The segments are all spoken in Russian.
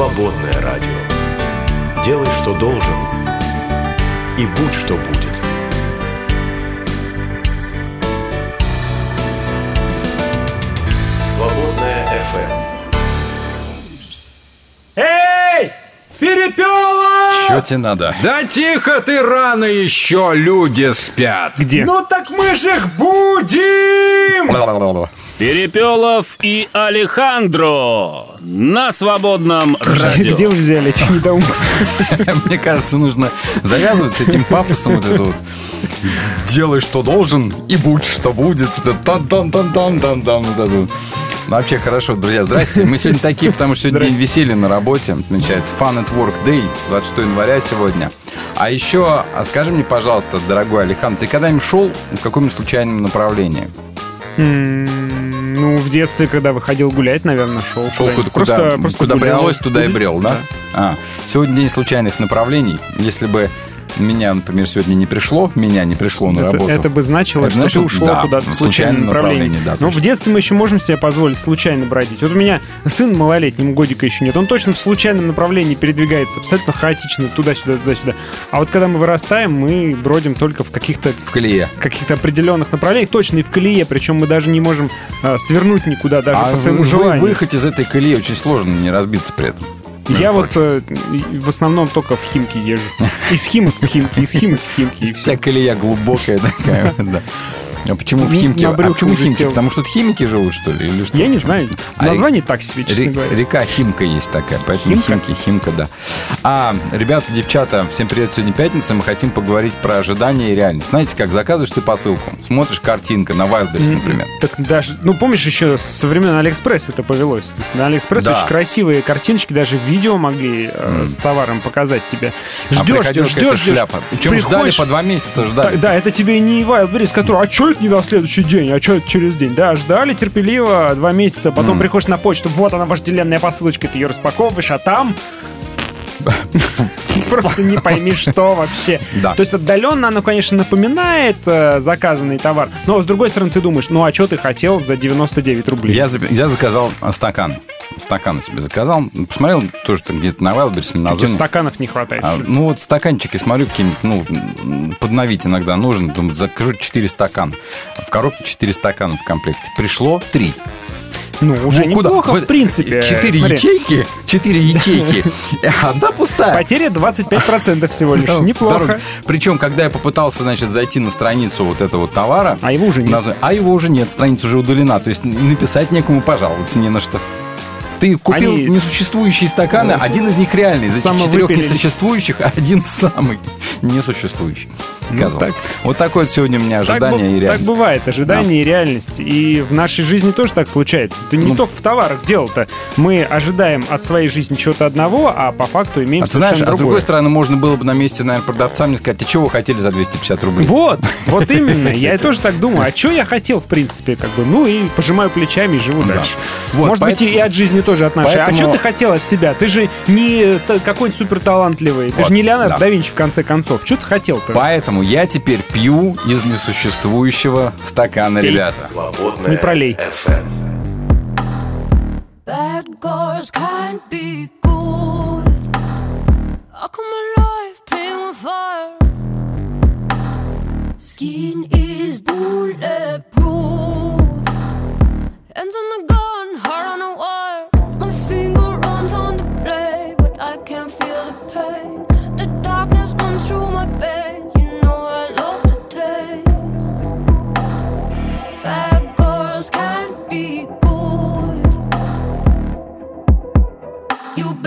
Свободное радио. Делай, что должен, и будь, что будет. Свободное FM. Эй! Перепёлов! Чё тебе надо? Да тихо ты, рано еще, люди спят. Где? Ну так мы же их будем! Перепелов и Алехандро на свободном радио. Где вы взяли этих недоумков? Мне кажется, нужно завязывать с этим пафосом вот это вот. Делай, что должен, и будь, что будет. Вообще хорошо, друзья, здрасте. Мы сегодня такие, потому что сегодня день веселья на работе. Отмечается Fun at Work Day, 26 января сегодня. А еще, скажи мне, пожалуйста, дорогой Алехандро, ты когда-нибудь шел в каком-нибудь случайном направлении? Ну, в детстве, когда выходил гулять, наверное, шел куда брелось, туда и брел, да? Сегодня день случайных направлений. Если бы меня, например, сегодня не пришло на работу. Это бы значило, что ты ушел куда-то в случайном направлении. Да, но в детстве мы еще можем себе позволить случайно бродить. Вот у меня сын малолетний, ему годика еще нет. Он точно в случайном направлении передвигается, абсолютно хаотично, туда-сюда, туда-сюда. А вот когда мы вырастаем, мы бродим только в каких-то определенных направлениях, точно и в колее, причем мы даже не можем свернуть никуда, даже по своему желанию. Выехать из этой колеи очень сложно, не разбиться при этом. Я вот в основном только в Химки езжу. Из Химок в Химки, из Химок в Химки, и все. У тебя колея глубокая такая, да. А почему в Химки? Почему в Химки? Потому что химики живут, что ли? Или что? Я не знаю. Название так себе, честно говоря. Река Химка есть такая, поэтому Химка, да. Ребята, девчата, всем привет, сегодня пятница, мы хотим поговорить про ожидания и реальность. Знаете, как заказываешь ты посылку, смотришь картинка на Wildberries, например. Так даже, помнишь, еще со времен Алиэкспресс это повелось. На Алиэкспресс очень красивые картиночки, даже видео могли с товаром показать тебе. Ждешь. Причем ждали по 2 месяца, ждали. Да, это тебе не Wildberries, который, что это не на следующий день, а что это через день? Да, ждали терпеливо 2 месяца, потом приходишь на почту, вот она, вожделенная посылочка, ты ее распаковываешь, а там... Просто не пойми, что вообще. Да. То есть отдаленно оно, конечно, напоминает заказанный товар, но с другой стороны ты думаешь, ну а что ты хотел за 99 рублей? Я заказал стакан. Стакан себе заказал. Посмотрел тоже где-то на Wildberries, на Озоне. Стаканов не хватает. Вот стаканчики смотрю какие-нибудь, подновить иногда нужно. Думаю, закажу 4 стакана. В коробке 4 стакана в комплекте. Пришло 3. Уже неплохо, в принципе. 4 ячейки, одна пустая. Потеря 25% всего лишь. Неплохо. Причем, когда я попытался, зайти на страницу вот этого товара... А его уже нет. Страница уже удалена. То есть написать некому, пожаловаться не на что. Ты купил несуществующие стаканы, один из них реальный. За 4 несуществующих, один самый несуществующий. Вот такое сегодня у меня ожидание и реальность. Так бывает, ожидание и реальность. И в нашей жизни тоже так случается. Это не только в товарах дело-то. Мы ожидаем от своей жизни чего-то одного, а по факту имеем совершенно другое. А с другой стороны, можно было бы на месте, наверное, продавца мне сказать, а чего вы хотели за 250 рублей? Вот именно. Я тоже так думаю. А что я хотел, в принципе, и пожимаю плечами и живу дальше. Может быть, и от жизни тоже от нашей. А что ты хотел от себя? Ты же не какой-нибудь суперталантливый. Ты же не Леонардо да Винчи, в конце концов. Что ты хотел-то? Поэтому я теперь пью из несуществующего стакана, ребята. Свободное не пролей. Bad girls can't be good. I come alive, playing with fire. Skin is bulletproof. Hands on the gun, heart on a wire. My finger runs on the blade, but I can't feel the pain. The darkness runs through my veins. You know I love the taste. Bad girls can't be good. You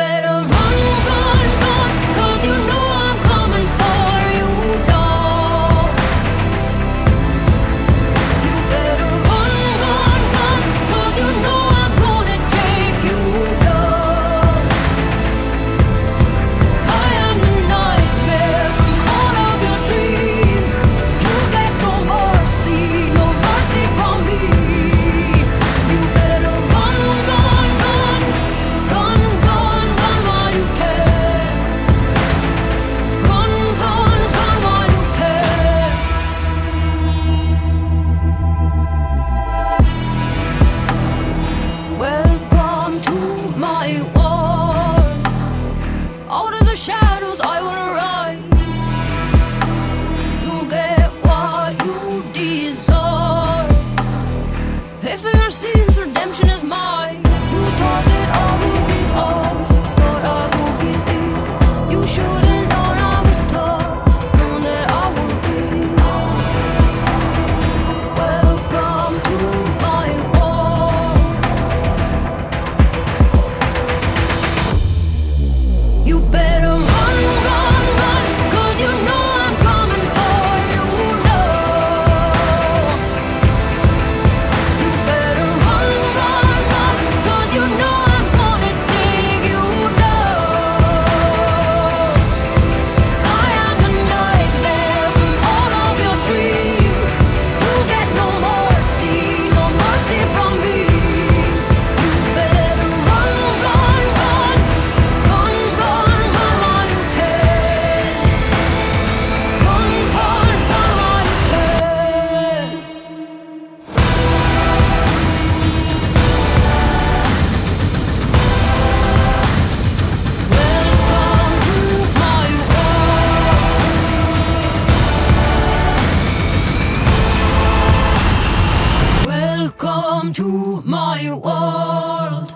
new world.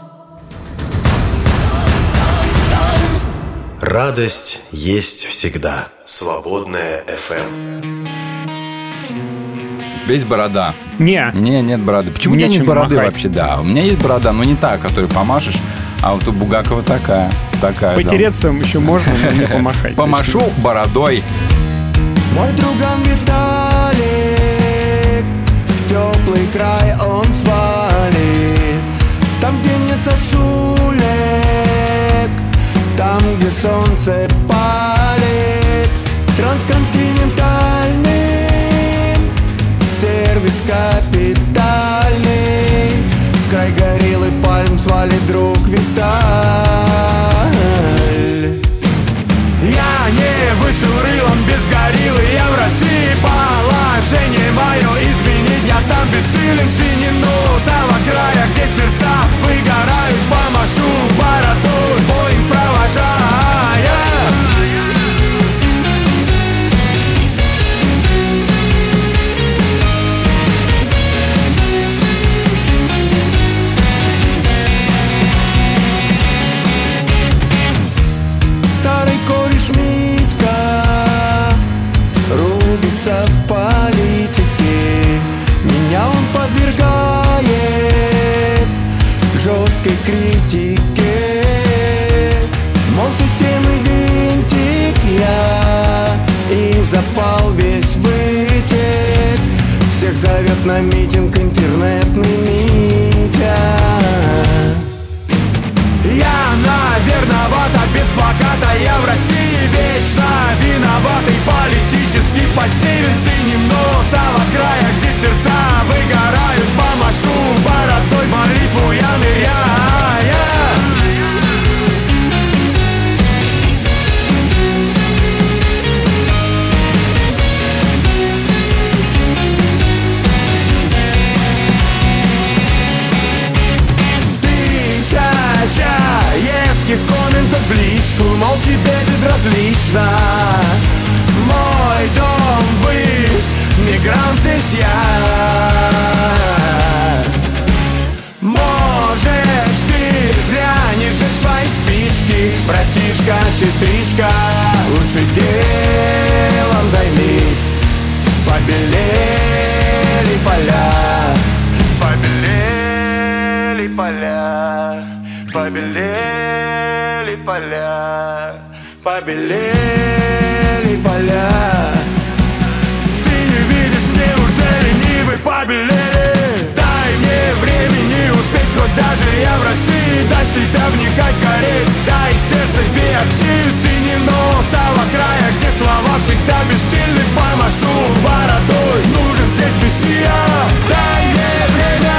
Радость есть всегда. Свободная FM. Есть борода? Не. Нет бороды. Почему у меня нет бороды махать вообще? Да, у меня есть борода, но не та, которую помашешь, а вот у Бугакова такая. Потереться еще можно, но не помахать. Помашу бородой. Мой друган Виталик, в теплый край он свалит. Там, где нет сосулек, там, где солнце палит. Трансконтинентальный сервис капитальный. В край гориллы пальм свалит друг Виталь. Я не вышел рылом без гориллы, я в России. Положение мое изменить я сам бессилен. Синину самого края, где сердца выгорают, помашу бородой, Боинг провожая. Старый кореш Митька рубится в политике. Меня он подвергает жесткой критике. Мол, системы винтик я, и запал весь вытек. Всех зовет на митинг интернетный Митя. Я, наверное, без плаката. Я в России вечно виноватый, политически пассивен. Синим носом от края, где сердца выгорают, помашу бородой, молитву я ныряя. Едких комментов в личку, мол, тебе безразлично. Мой дом выс, мигрант здесь я. Можешь ты зря не жечь свои спички, братишка, сестричка, лучше делом займись. Побелели поля, побелели поля. Побелели поля, побелели поля. Ты не видишь, неужели нивы побелели? Дай мне времени успеть, хоть даже я в России. Дай себя вникать гореть, дай сердце биопсию. Синим носом края, где слова всегда бессильны. Помашу бородой, нужен здесь мессия. Дай мне время.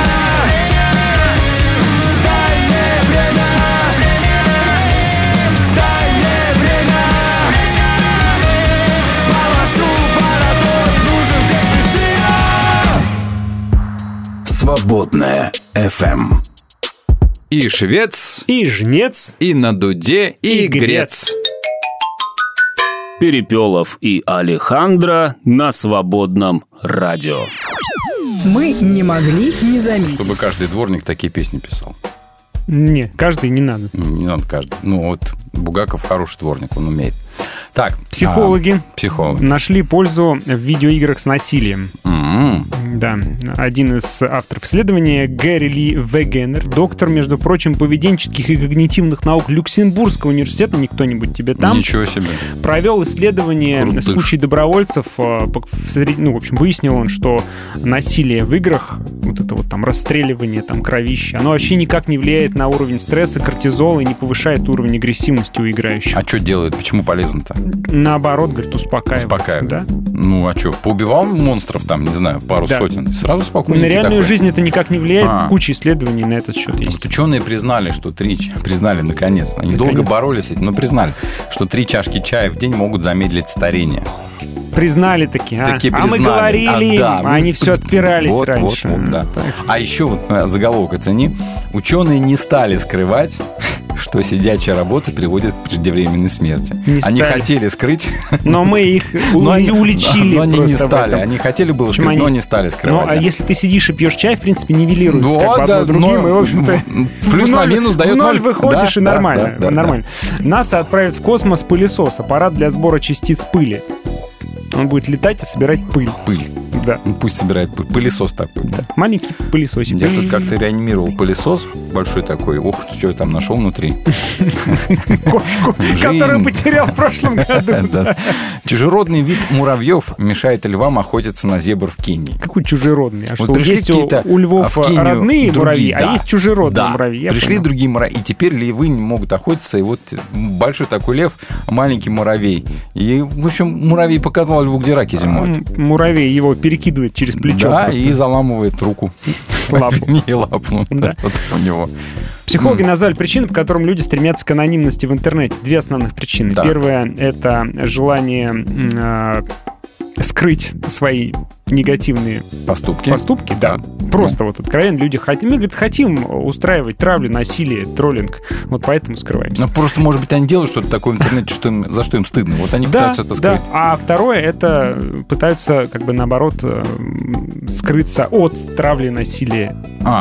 Свободная FM. И швец, и жнец, и на дуде, и грец. Перепелов и Алехандро на Свободном радио. Мы не могли не заметить. Чтобы каждый дворник такие песни писал. Не, каждый не надо. Не надо каждый. Ну вот Бугаков хороший дворник, он умеет. Так, психологи нашли пользу в видеоиграх с насилием. Да, один из авторов исследования, Гэри Ли Вегенер, доктор, между прочим, поведенческих и когнитивных наук Люксембургского университета, не кто-нибудь тебе там, ничего себе, провел исследование с кучей добровольцев. Ну, в общем, выяснил он, что насилие в играх, вот это вот там расстреливание, там кровище, оно вообще никак не влияет на уровень стресса, кортизола и не повышает уровень агрессивности у играющих. А что делает? Почему полезно-то? Наоборот, говорит, успокаивает. Да? Ну, а что, поубивал монстров там, не знаю, пару сотен, сразу спокойно. На реальную жизнь это никак не влияет, куча исследований на этот счет есть. Вот ученые признали, что признали наконец, они долго боролись с этим, но признали, что 3 чашки чая в день могут замедлить старение. Признали такие. Признали. А мы говорили им, они все отпирались раньше. Да. А еще вот заголовок оцени. Ученые не стали скрывать, что сидячая работа приводит к преждевременной смерти. Они хотели скрыть... Но мы их уличили. Но они не стали. Они хотели было скрыть, но не стали скрывать. Ну, а если ты сидишь и пьешь чай, в принципе, нивелируется как бы одно другим, и, в общем-то, плюс на минус дает 0. Выходишь, и нормально. Нормально. НАСА отправит в космос пылесос, аппарат для сбора частиц пыли. Он будет летать и собирать пыль. Пыль. Да. Пусть собирает пыль. Пылесос такой. Да. Маленький пылесосик. Я тут как-то реанимировал пылесос большой такой. Ох, что я там нашел внутри. Кошку, которую потерял в прошлом году. Чужеродный вид муравьев мешает львам охотиться на зебр в Кении. Какой чужеродный? А что, есть у львов родные муравьи, а есть чужеродные муравьи? Пришли другие муравьи, и теперь львы не могут охотиться. И вот большой такой лев, маленький муравей. И, в общем, муравей показал льву, где раки зимуют. Муравей его перекидывает через плечо. Да, и заламывает руку. Лапу. Не лапу. Да. Вот у него. Психологи назвали причины, по которым люди стремятся к анонимности в интернете. Две основных причины. Да. Первая — это желание скрыть свои негативные поступки. Да. Просто вот откровенно люди хотим. Мы, говорит, хотим устраивать травлю, насилие, троллинг. Вот поэтому скрываемся. Ну, просто, может быть, они делают что-то такое в интернете, за что им стыдно. Вот они пытаются это скрыть. А второе — это пытаются, как бы, наоборот, скрыться от травли, насилия.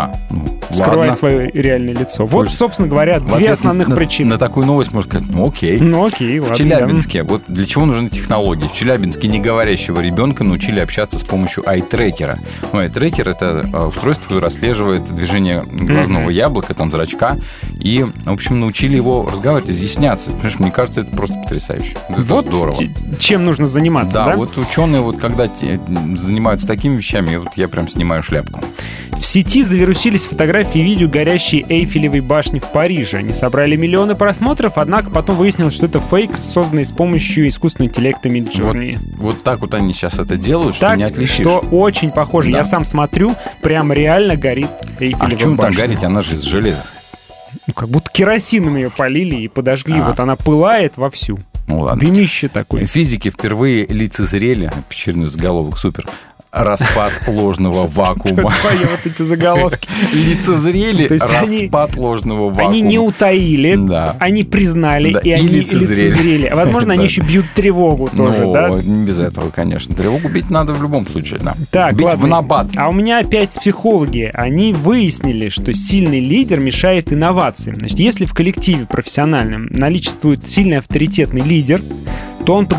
Скрывая свое реальное лицо. Вот, собственно говоря, две основных причины. На такую новость можно сказать, окей. Ладно. В Челябинске, вот для чего нужны технологии? В Челябинске неговорящего ребенка научили общаться с помощью ай-трекера. Ай-трекер — это устройство, которое отслеживает движение глазного яблока, там, зрачка. И, в общем, научили его разговаривать, изъясняться. Понимаешь, мне кажется, это просто потрясающе. Это вот здорово. Чем нужно заниматься, да? Да, вот ученые, вот когда занимаются такими вещами, вот я прям снимаю шляпку. В сети завирусились фотографии и видео горящей Эйфелевой башни в Париже. Они собрали миллионы просмотров, однако потом выяснилось, что это фейк, созданный с помощью искусственного интеллекта Midjourney. Вот так вот они сейчас это делают, что не отличишь. Что очень похоже. Да. Я сам смотрю, прям реально горит Эйфелева башня. А почему там горит? Она же из железа. Ну, как будто керосином ее полили и подожгли. Вот она пылает вовсю. Ну ладно. Дымище такое. Физики впервые лицезрели, пещерный заголовок, супер, распад ложного вакуума. Твои вот эти заголовки. Лицезрели распад ложного вакуума. Они не утаили, они признали, и они лицезрели. Возможно, они еще бьют тревогу тоже, да? Не без этого, конечно. Тревогу бить надо в любом случае, да. Так, бить в набат. А у меня опять психологи. Они выяснили, что сильный лидер мешает инновациям. Значит, если в коллективе профессиональном наличествует сильный авторитетный лидер, то он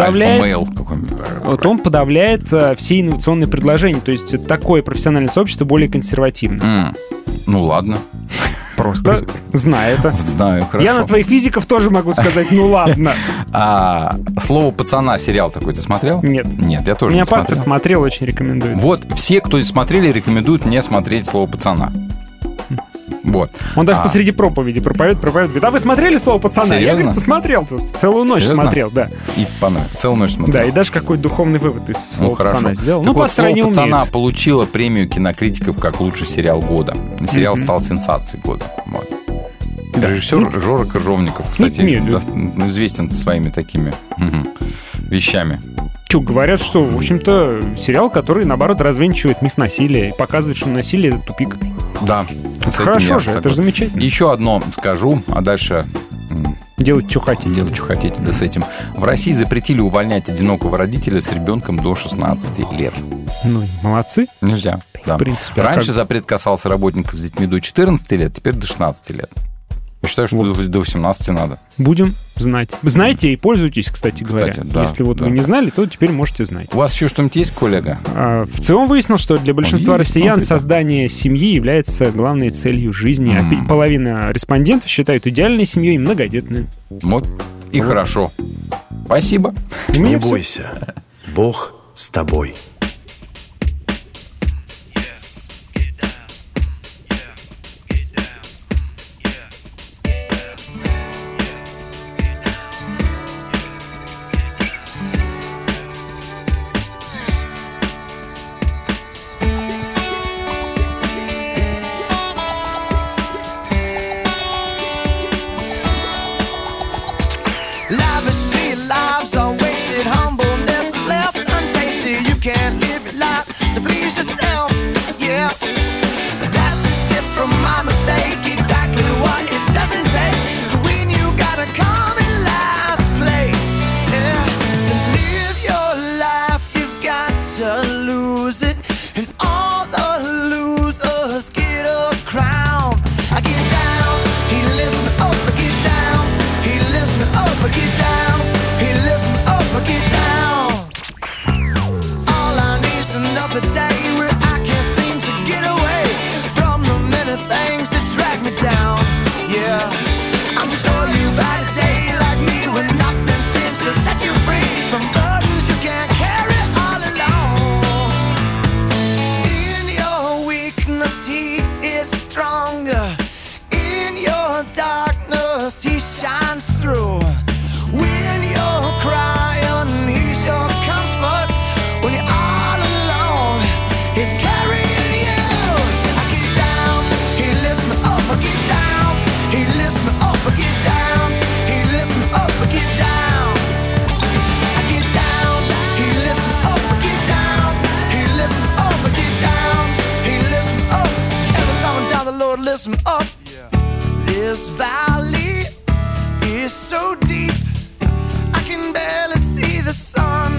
подавляет все инновационные предложения. То есть такое профессиональное сообщество более консервативно. Ну ладно. Просто знаю это. Знаю, хорошо. Я на твоих физиков тоже могу сказать, ну ладно. «Слово пацана» сериал такой ты смотрел? Нет. Нет, я тоже не смотрел. Меня пастор смотрел, очень рекомендует. Вот, все, кто смотрели, рекомендуют мне смотреть «Слово пацана». Вот. Он даже посреди проповеди проповедует, говорит, а вы смотрели «Слово пацана»? Серьезно? Я, говорит, посмотрел тут. Целую ночь смотрел, да. И целую ночь смотрел. Да, и даже какой-то духовный вывод из «Слова пацана» сделал. Так вот, «Слово пацана» получило премию кинокритиков как лучший сериал года. Сериал стал сенсацией года. Вот. Да. Режиссер Жора Крыжовников, кстати, известен своими такими вещами. Говорят, что, в общем-то, сериал, который, наоборот, развенчивает миф насилия и показывает, что насилие — это тупик. Да. Хорошо же, это же замечательно. Еще одно скажу, а дальше... Делать, что хотите. Делать, что хотите, да, с этим. В России запретили увольнять одинокого родителя с ребенком до 16 лет. Ну, молодцы. Нельзя. Да. В принципе. Раньше запрет касался работников с детьми до 14 лет, теперь до 16 лет. Я считаю, что до 18 надо. Будем знать. Знаете и пользуйтесь, кстати говоря. Да, если вот вы не знали, то теперь можете знать. У вас еще что-нибудь есть, коллега? В целом выяснилось, что для большинства россиян создание семьи является главной целью жизни. Половина респондентов считают идеальной семьей многодетную. Вот и хорошо. Спасибо. Не бойся. Бог с тобой. Lavishly, lives are wasted. Humbleness is left untasted. You can't This valley is so deep, I can barely see the sun.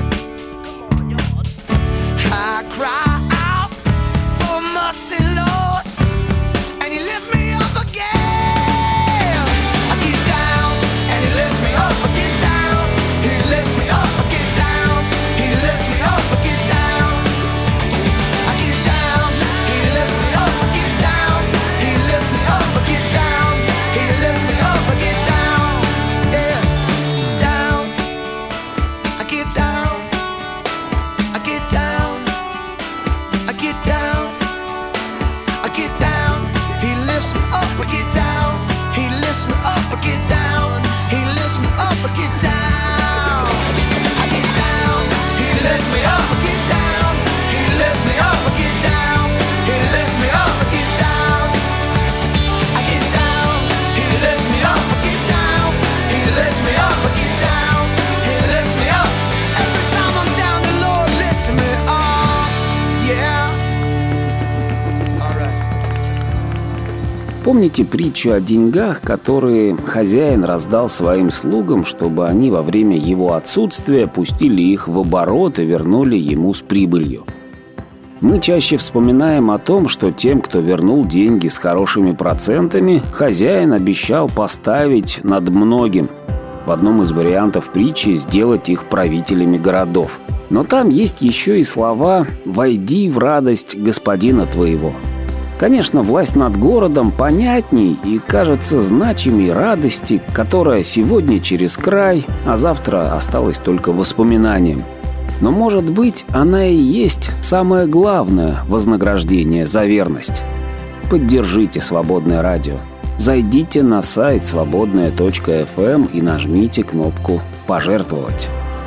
I cry out for mercy, Lord, and you lift me up again. I get down and he lifts me up, I get down. He lifts me up, I get down. He lifts me up, I get down. I get down, he lifts me up, I get down. He lifts me up, I get down. He lifts me up, I get down. Yeah, down. I get down. I get down. I get down. I get down. He lifts me up, I get down. He lifts me up, I get down. He lifts me up, I get down. I get down. He lifts me up, I get down. He lifts me up, I get down. He lifts me up, I get down. I get down. He lifts me up, I get down. He lifts me up, I get down. He lifts me up. Every time I'm down, the Lord lifts me up. Yeah. All right. Помните притчу о деньгах, которые хозяин раздал своим слугам, чтобы они во время его отсутствия пустили их в оборот и вернули ему с прибылью? Мы чаще вспоминаем о том, что тем, кто вернул деньги с хорошими процентами, хозяин обещал поставить над многим. В одном из вариантов притчи сделать их правителями городов. Но там есть еще и слова «Войди в радость господина твоего». Конечно, власть над городом понятней и кажется значимей радости, которая сегодня через край, а завтра осталась только воспоминанием. Но, может быть, она и есть самое главное вознаграждение за верность. Поддержите «Свободное радио». Зайдите на сайт свободная.фм и нажмите кнопку «Пожертвовать».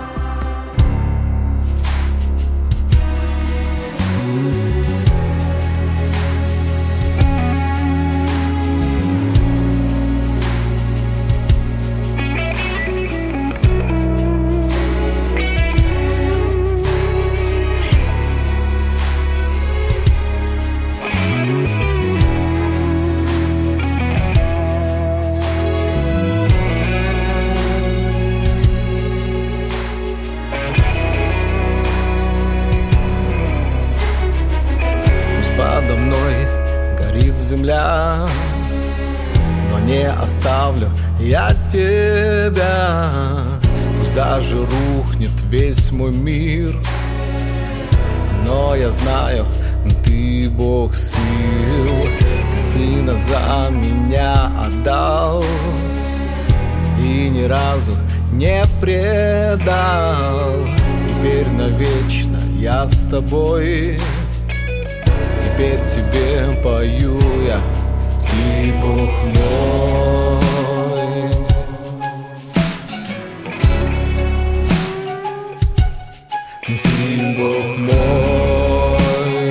Но не оставлю я тебя. Пусть даже рухнет весь мой мир, но я знаю, ты Бог сил. Ты сына за меня отдал и ни разу не предал. Теперь навечно я с тобой. Теперь тебе пою я, ты Бог мой. Ты Бог мой.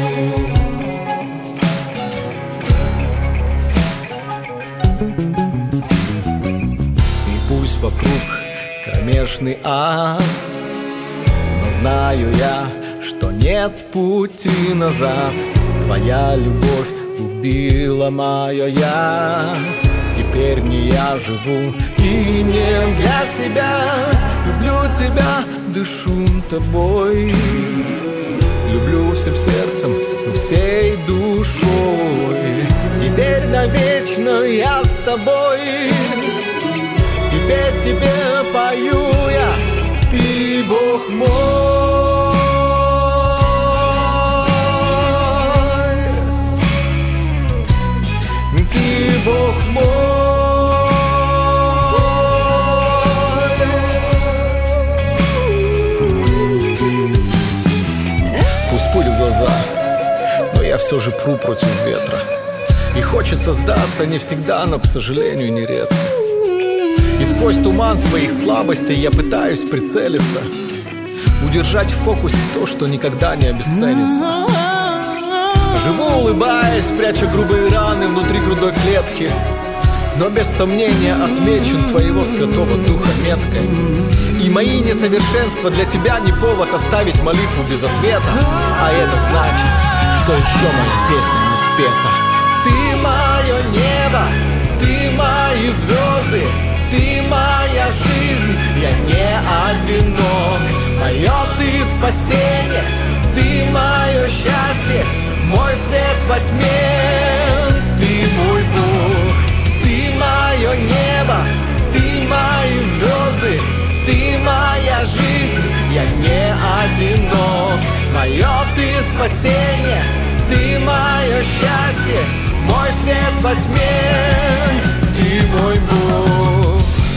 И пусть вокруг кромешный ад, но знаю я, что нет пути назад. Твоя любовь убила мое я. Теперь не я живу и не для себя. Люблю тебя, дышу тобой. Люблю всем сердцем, всей душой. Теперь навечно я с тобой. Теперь тебе пою я, ты Бог мой. Бог мой. Пусть пули в глаза, но я все же пру против ветра. И хочется сдаться не всегда, но, к сожалению, нередко. И сквозь туман своих слабостей я пытаюсь прицелиться, удержать в фокусе то, что никогда не обесценится. Живу, улыбаясь, пряча грубые раны внутри грудной клетки, но без сомнения отмечен твоего Святого Духа меткой. И мои несовершенства для тебя не повод оставить молитву без ответа. А это значит, что еще моя песня не спета. Ты мое небо, ты мое спасение, ты мое счастье, мой свет во тьме. Ты мой Бог, ты мое небо, ты мои звезды, ты моя жизнь, я не одинок. Мое ты спасение, ты мое счастье, мой свет во тьме. Ты мой Бог.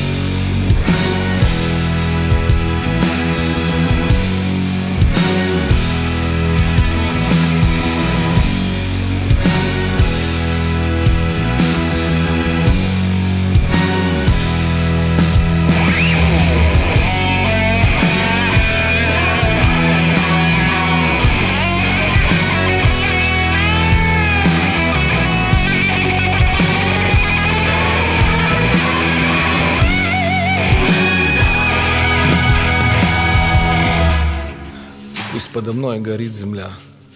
Подо мной горит земля,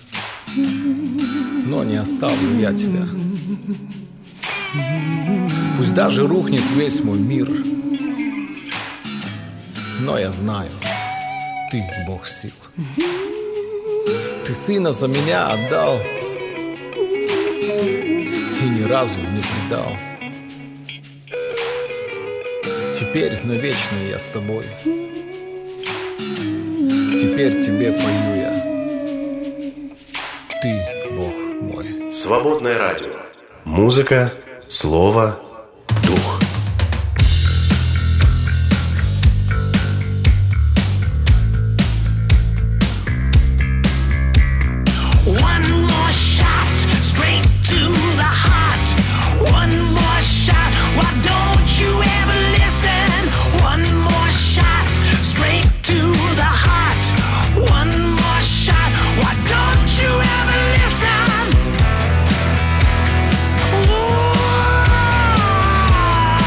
но не оставлю я тебя. Пусть даже рухнет весь мой мир, но я знаю, ты Бог сил. Ты сына за меня отдал и ни разу не предал. Теперь навечно я с тобой. Теперь тебе пою я. Ты Бог мой. Свободное радио. Музыка, слово, дух. One more shot, straight to the heart. One more shot, why don't you ever listen? One more shot, straight to the heart. One more shot, why don't you ever listen? Ooh.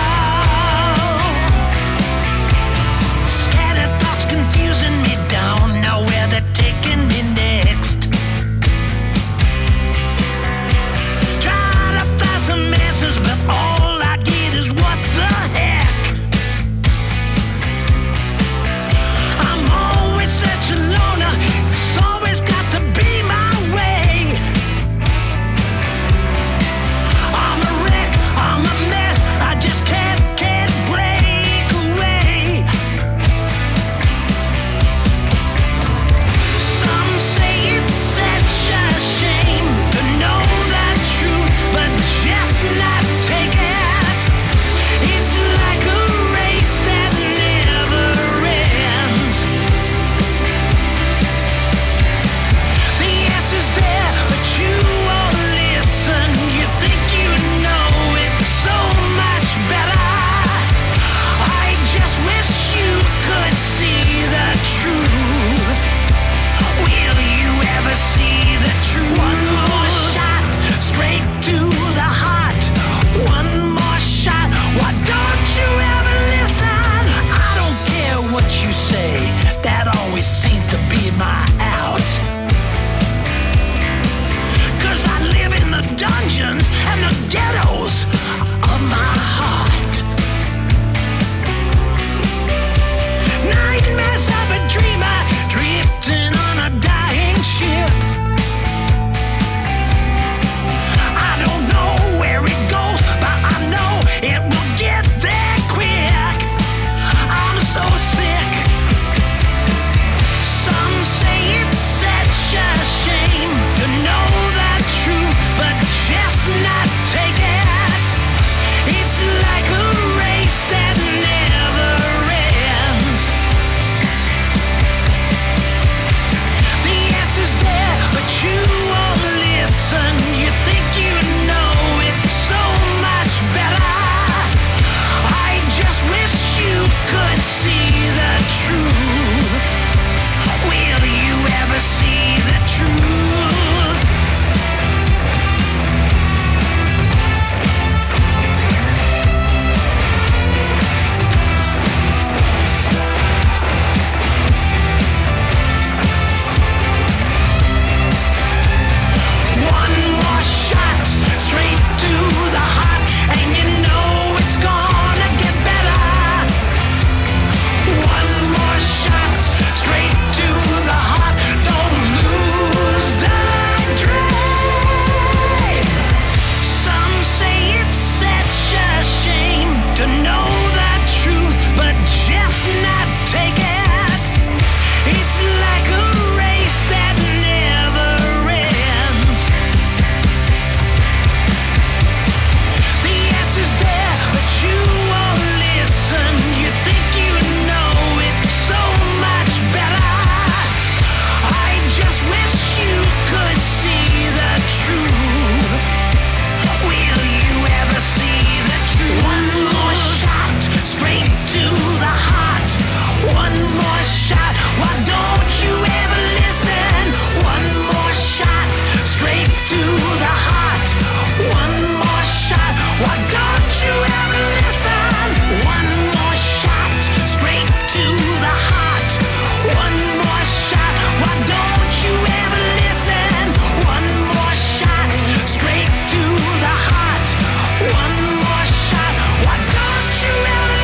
you ever listen? One more shot straight to the heart. One more shot, why don't you ever listen? One more shot straight to the heart. One more shot, why don't you ever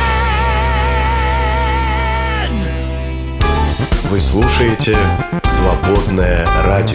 listen? Вы слушаете «Свободное радио».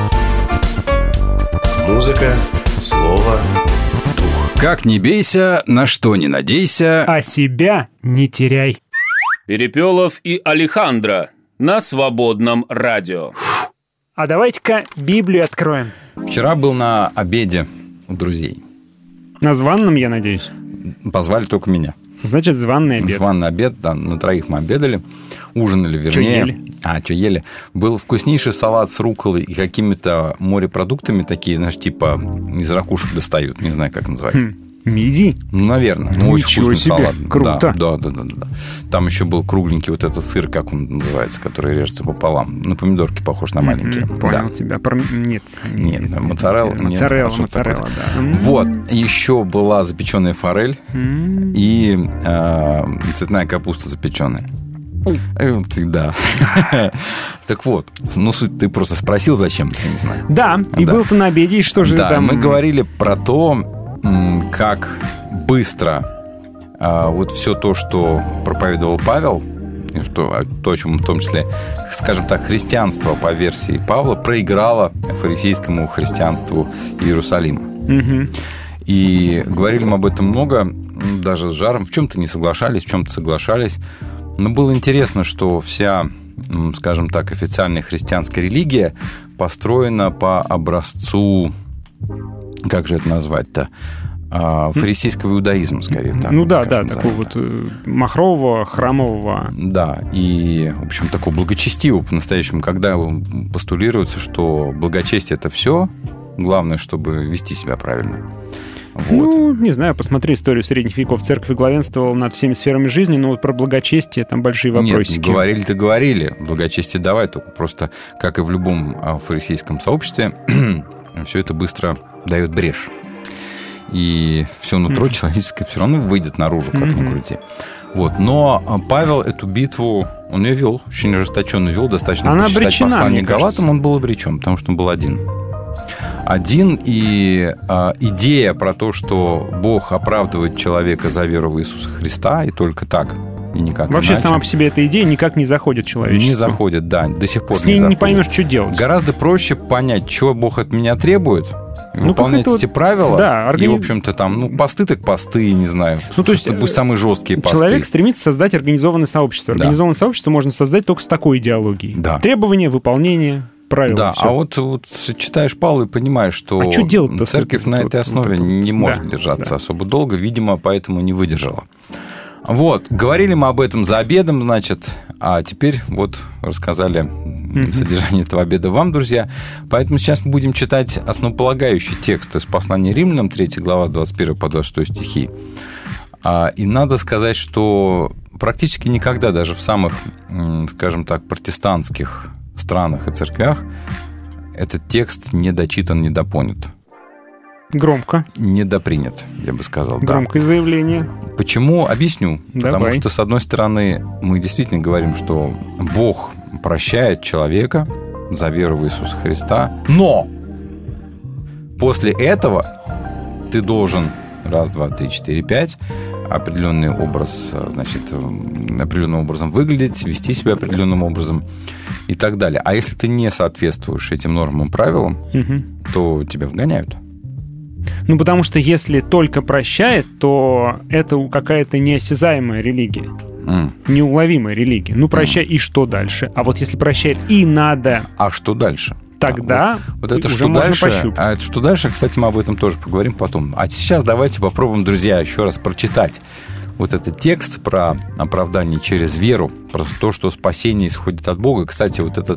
Музыка, слово, дух. Как не бейся, на что не надейся. А себя не теряй. Перепелов и Алехандро на Свободном радио. А давайте-ка Библию откроем. Вчера был на обеде у друзей. На званном, я надеюсь? Позвали только меня. Значит, званный обед. Званый обед, да, на троих мы обедали. Ужинали, вернее. Что ели? Был вкуснейший салат с рукколой и какими-то морепродуктами такие, знаешь, типа из ракушек достают. Не знаю, как называется. Мидий? Ну, наверное. Ну, очень вкусный себе. салат. Круто. Да. Там еще был кругленький вот этот сыр, как он называется, который режется пополам. На помидорки похож на маленькие. Понял тебя. Нет, моцарелла. Моцарелла, да. Вот. Еще была запеченная форель и цветная капуста запеченная. Да. Так вот, ну суть ты просто спросил, зачем, я не знаю. Да, и был ты на обеде, и что же там? Мы говорили про то, как быстро вот все то, что проповедовал Павел, и то, о чем в том числе, скажем так, христианство по версии Павла проиграло фарисейскому христианству Иерусалима. И говорили мы об этом много, даже с жаром. В чем-то не соглашались, в чем-то соглашались. Но было интересно, что вся, скажем так, официальная христианская религия построена по образцу, как же это назвать-то, фарисейского иудаизма, скорее. Так, ну да, такого вот махрового, храмового. Да, и, в общем, такого благочестивого по-настоящему, когда постулируется, что благочестие – это все, главное, чтобы вести себя правильно. Вот. Ну, не знаю, посмотри историю средних веков. Церковь главенствовала над всеми сферами жизни, но вот про благочестие там большие вопросики. Нет, говорили-то говорили. Благочестие давай, только просто, как и в любом фарисейском сообществе, все это быстро дает брешь. И все нутро человеческое все равно выйдет наружу, как ни крути. Вот. Но Павел эту битву, он ее вел, очень ожесточенно вел, достаточно почитать послание Галатам, он был обречен, потому что он был один. И идея про то, что Бог оправдывает человека за веру в Иисуса Христа, и только так, и никак вообще иначе. Сама по себе эта идея никак не заходит человечеству. Не заходит, да, до сих пор с ней не поймешь, что делать. Гораздо проще понять, чего Бог от меня требует, выполнять эти правила, да, и, в общем-то, там, посты так посты, не знаю. Ну, то есть, пусть самые жесткие посты. Человек стремится создать организованное сообщество. Да. Организованное сообщество можно создать только с такой идеологией. Да. Требования, выполнение, правила. Да, все. а вот читаешь Павла и понимаешь, что церковь на этой основе не может держаться особо долго, видимо, поэтому не выдержала. Вот, говорили мы об этом за обедом, значит, а теперь вот рассказали содержание этого обеда вам, друзья. Поэтому сейчас мы будем читать основополагающий текст из послания Римлянам, 3 глава, с 21 по 26 стихи. И надо сказать, что практически никогда, даже в самых, скажем так, протестантских странах и церквях, этот текст не дочитан, не допонят. Громко. Недопринят, я бы сказал. Громкое заявление. Почему? Объясню. Давай. Потому что, с одной стороны, мы действительно говорим, что Бог прощает человека за веру в Иисуса Христа, но после этого ты должен 1, 2, 3, 4, 5 определенный образ, значит, определенным образом выглядеть, вести себя определенным образом и так далее. А если ты не соответствуешь этим нормам, правилам, то тебя вгоняют. Ну, потому что если только прощает, то это какая-то неосязаемая религия. Неуловимая религия. Ну, прощай, и что дальше? А вот если прощает и надо... А что дальше? Тогда вот это уже что можно дальше, пощупать. А это что дальше, кстати, мы об этом тоже поговорим потом. А сейчас давайте попробуем, друзья, еще раз прочитать вот этот текст про оправдание через веру, про то, что спасение исходит от Бога. Кстати, вот этот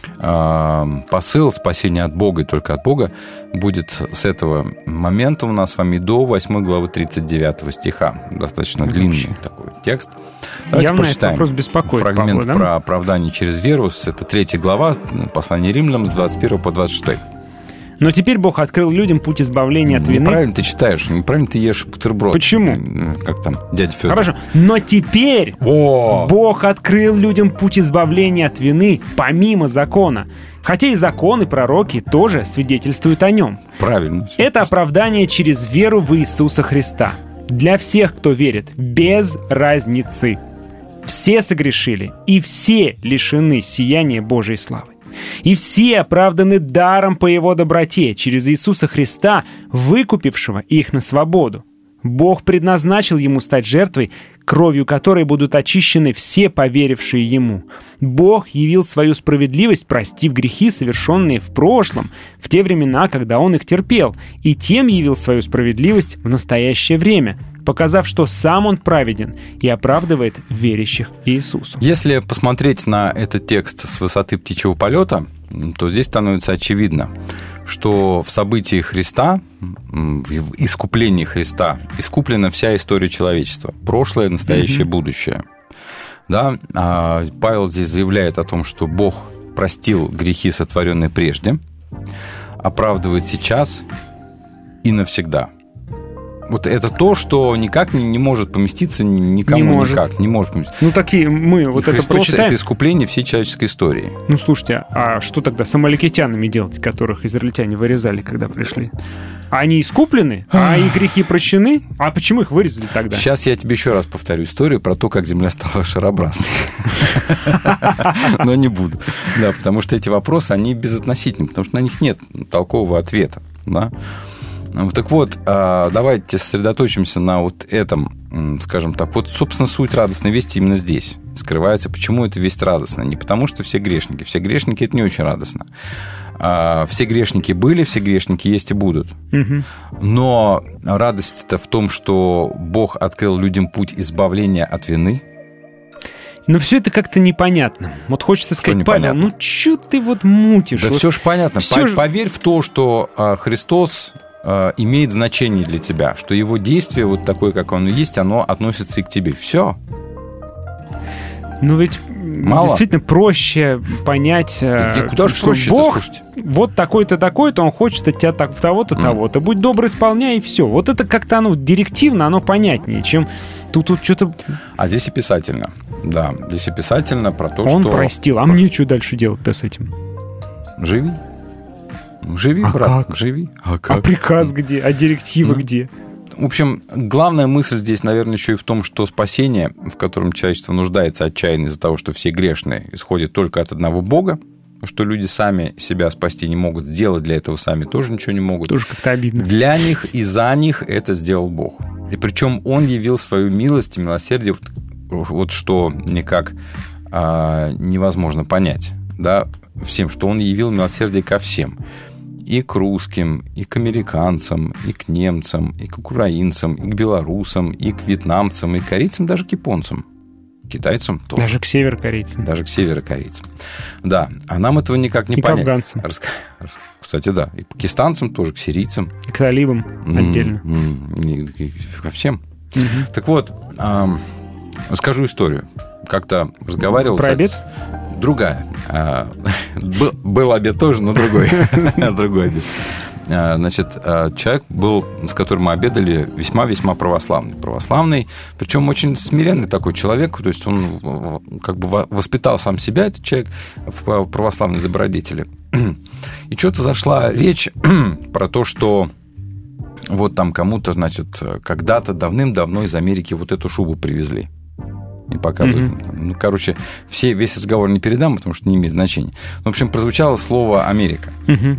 посыл спасения от Бога и только от Бога будет с этого момента у нас с вами до 8 главы 39 стиха. Достаточно длинный такой текст. Давайте явно прочитаем этот вопрос беспокоит фрагмент Павла, да? про оправдание через веру. Это 3 глава, послание Римлянам с 21 по 26. Но теперь Бог открыл людям путь избавления от вины. Неправильно ты читаешь, неправильно ты ешь бутерброд. Почему? Как там, дядя Федор. Хорошо. Но теперь Бог открыл людям путь избавления от вины помимо закона. Хотя и закон, и пророки тоже свидетельствуют о нем. Правильно. Это оправдание через веру в Иисуса Христа. Для всех, кто верит, без разницы. Все согрешили, и все лишены сияния Божьей славы. И все оправданы даром по Его доброте, через Иисуса Христа, выкупившего их на свободу. Бог предназначил Ему стать жертвой, кровью которой будут очищены все поверившие Ему. Бог явил свою справедливость, простив грехи, совершенные в прошлом, в те времена, когда Он их терпел, и тем явил свою справедливость в настоящее время, показав, что Сам Он праведен и оправдывает верящих Иисусу. Если посмотреть на этот текст с высоты птичьего полета, то здесь становится очевидно, что в событии Христа, в искуплении Христа, искуплена вся история человечества. Прошлое, настоящее, будущее. Да? Павел здесь заявляет о том, что Бог простил грехи, сотворенные прежде, оправдывает сейчас и навсегда. Вот это то, что никак не может поместиться никому никак. Не может поместиться. Ну, такие мы вот это Христос прочитаем. Это искупление всей человеческой истории. Ну, слушайте, а что тогда с амаликитянами делать, которых израильтяне вырезали, когда пришли? Они искуплены, а их грехи прощены? А почему их вырезали тогда? Сейчас я тебе еще раз повторю историю про то, как земля стала шарообразной. Но не буду. Да, потому что эти вопросы, они безотносительны, потому что на них нет толкового ответа. Да? Так вот, давайте сосредоточимся на вот этом, скажем так. Вот, собственно, суть радостной вести именно здесь скрывается. Почему эта весть радостна? Не потому, что все грешники. Все грешники – это не очень радостно. Все грешники были, все грешники есть и будут. Но радость-то в том, что Бог открыл людям путь избавления от вины. Но все это как-то непонятно. Вот хочется сказать, Павел, ну что ты вот мутишь? Да вот все же понятно. Все Поверь в то, что Христос имеет значение для тебя, что его действие, вот такое, как оно есть, оно относится и к тебе. Все. Ну ведь мало. Действительно проще понять, куда же проще Бог слушайте? Вот такой-то, такой-то, он хочет от тебя того-то, того-то. Будь добр, исполняй, и все. Вот это как-то оно директивно, оно понятнее, чем тут что-то... А здесь описательно. Да, здесь описательно про то, он что... Он простил, а мне что дальше делать-то с этим? Живи. Живи, брат, как? Живи. А приказ где? А директива где? В общем, главная мысль здесь, наверное, еще и в том, что спасение, в котором человечество нуждается отчаянно из-за того, что все грешные, исходит только от одного Бога, что люди сами себя спасти не могут, сделать для этого сами тоже ничего не могут. Тоже как-то обидно. Для них и за них это сделал Бог. И причем Он явил свою милость и милосердие, вот что никак невозможно понять, да, всем, что Он явил милосердие ко всем. И к русским, и к американцам, и к немцам, и к украинцам, и к белорусам, и к вьетнамцам, и к корейцам, даже к японцам. Китайцам тоже. Даже к северокорейцам. Даже к северокорейцам. Да, а нам этого никак не понять. И к афганцам. Кстати, да. И к пакистанцам тоже, к сирийцам. И к талибам отдельно. Ко всем. Так вот, расскажу историю. Как-то разговаривал... Про обед? Другая. Был обед тоже, но другой. Другой обед. Значит, человек был, с которым мы обедали, весьма-весьма православный. Православный, причем очень смиренный такой человек. То есть он как бы воспитал сам себя, этот человек, в православной добродетели. И что-то зашла речь про то, что вот там кому-то, значит, когда-то давным-давно из Америки вот эту шубу привезли. И показывают. Ну, короче, весь разговор не передам, потому что не имеет значения. В общем, прозвучало слово «Америка».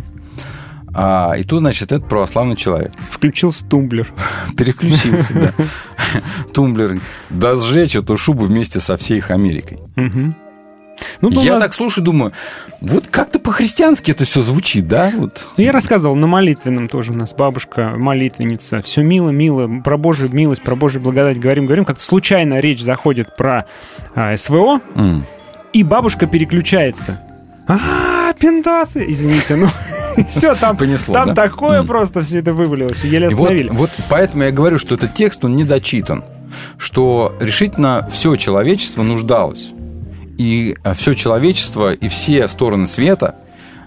И тут, значит, этот православный человек. Включился тумблер. Переключился, да. Тумблер. Да сжечь эту шубу вместе со всей их Америкой. Я так слушаю, думаю, вот как-то по-христиански это все звучит, да? Вот. Я рассказывал на молитвенном тоже, у нас бабушка молитвенница. Все мило, про Божью милость, про Божью благодать говорим. Как-то случайно речь заходит про СВО, и бабушка переключается. Пиндосы! Извините, ну... Все, там понесло, там да? Такое просто все это вывалилось. Еле остановили. Вот поэтому я говорю, что этот текст, он недочитан. Что решительно все человечество нуждалось. И все человечество, и все стороны света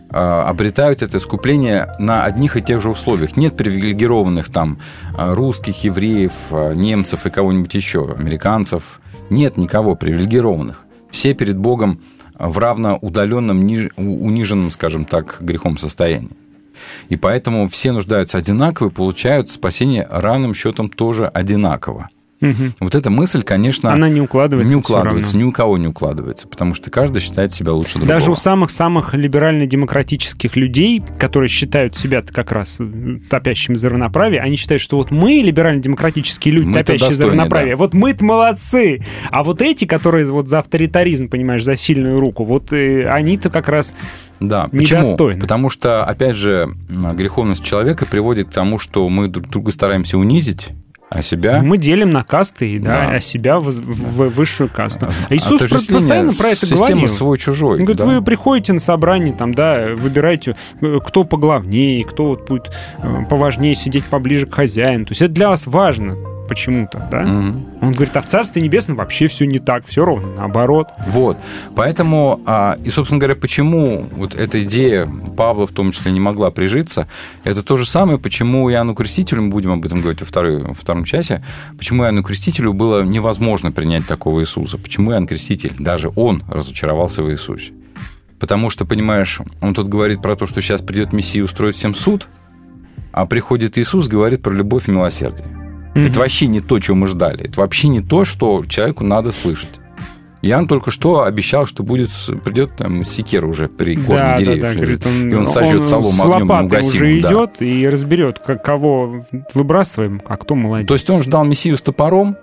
обретают это искупление на одних и тех же условиях. Нет привилегированных там русских, евреев, немцев и кого-нибудь еще, американцев. Нет никого привилегированных. Все перед Богом в равноудаленном, униженном, скажем так, грехом состоянии. И поэтому все нуждаются одинаково и получают спасение равным счетом тоже одинаково. Вот эта мысль, конечно... Она не укладывается. Не укладывается, ни у кого не укладывается, потому что каждый считает себя лучше другого. Даже у самых-самых либерально-демократических людей, которые считают себя как раз топящими за равноправие, они считают, что вот мы, либерально-демократические люди, топящие за равноправие, да. Вот мы-то молодцы, а вот эти, которые вот за авторитаризм, понимаешь, за сильную руку, вот они-то как раз да. недостойны. Почему? Потому что, опять же, греховность человека приводит к тому, что мы друг друга стараемся унизить, а себя... Мы делим на касты, да, а себя в высшую касту. Иисус постоянно про это говорил. Свой-чужой. Он говорит, вы приходите на собрание, там, да, выбираете, кто поглавнее, кто вот будет поважнее сидеть поближе к хозяину. То есть это для вас важно почему-то, да? Он говорит, а в Царстве Небесном вообще все не так, все ровно наоборот. Вот. Поэтому, и, собственно говоря, почему вот эта идея Павла в том числе не могла прижиться, это то же самое, почему Иоанну Крестителю, мы будем об этом говорить во втором часе, почему Иоанну Крестителю было невозможно принять такого Иисуса, почему Иоанн Креститель, даже он разочаровался в Иисусе. Потому что, понимаешь, он тут говорит про то, что сейчас придет Мессия и устроит всем суд, а приходит Иисус, говорит про любовь и милосердие. Это вообще не то, чего мы ждали. Это вообще не то, что человеку надо слышать. Иоанн только что обещал, что придет там секера уже при корне деревьев. Да, говорит, и он сожжет солому огнем неугасимым. Уже идет и разберет, кого выбрасываем, а кто молодец. То есть он ждал Мессию с топором,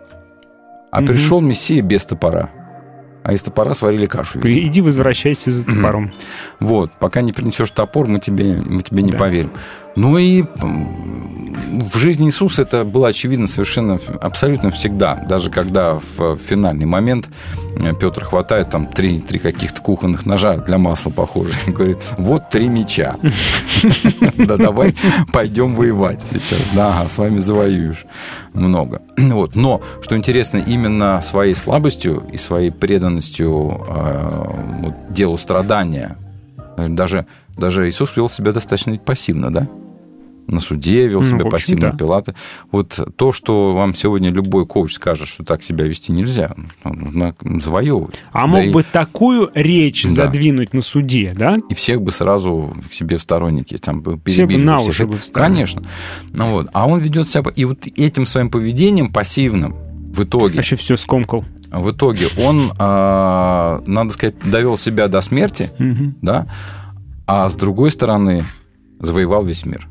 а пришел Мессия без топора. А из топора сварили кашу. Видимо. Иди возвращайся за топором. Вот, пока не принесешь топор, мы тебе не поверим. Ну и в жизни Иисуса это было очевидно совершенно, абсолютно всегда. Даже когда в финальный момент Петр хватает там три каких-то кухонных ножа для масла похожие и говорит, вот 3 меча. Да давай пойдем воевать сейчас. Да, с вами завоюешь много. Вот. Но, что интересно, именно своей слабостью и своей преданностью делу страдания даже Иисус вел себя достаточно пассивно, да? На суде вел себя пассивно, Пилата. Вот то, что вам сегодня любой коуч скажет, что так себя вести нельзя, нужно завоевывать. А мог бы такую речь задвинуть на суде, да? И всех бы сразу к себе в сторонники там перебили. Все бы на уши бы встали. Конечно. Вот. А он ведет себя... И вот этим своим поведением пассивным в итоге... Вообще все скомкал. В итоге он, надо сказать, довел себя до смерти, да? А с другой стороны завоевал весь мир.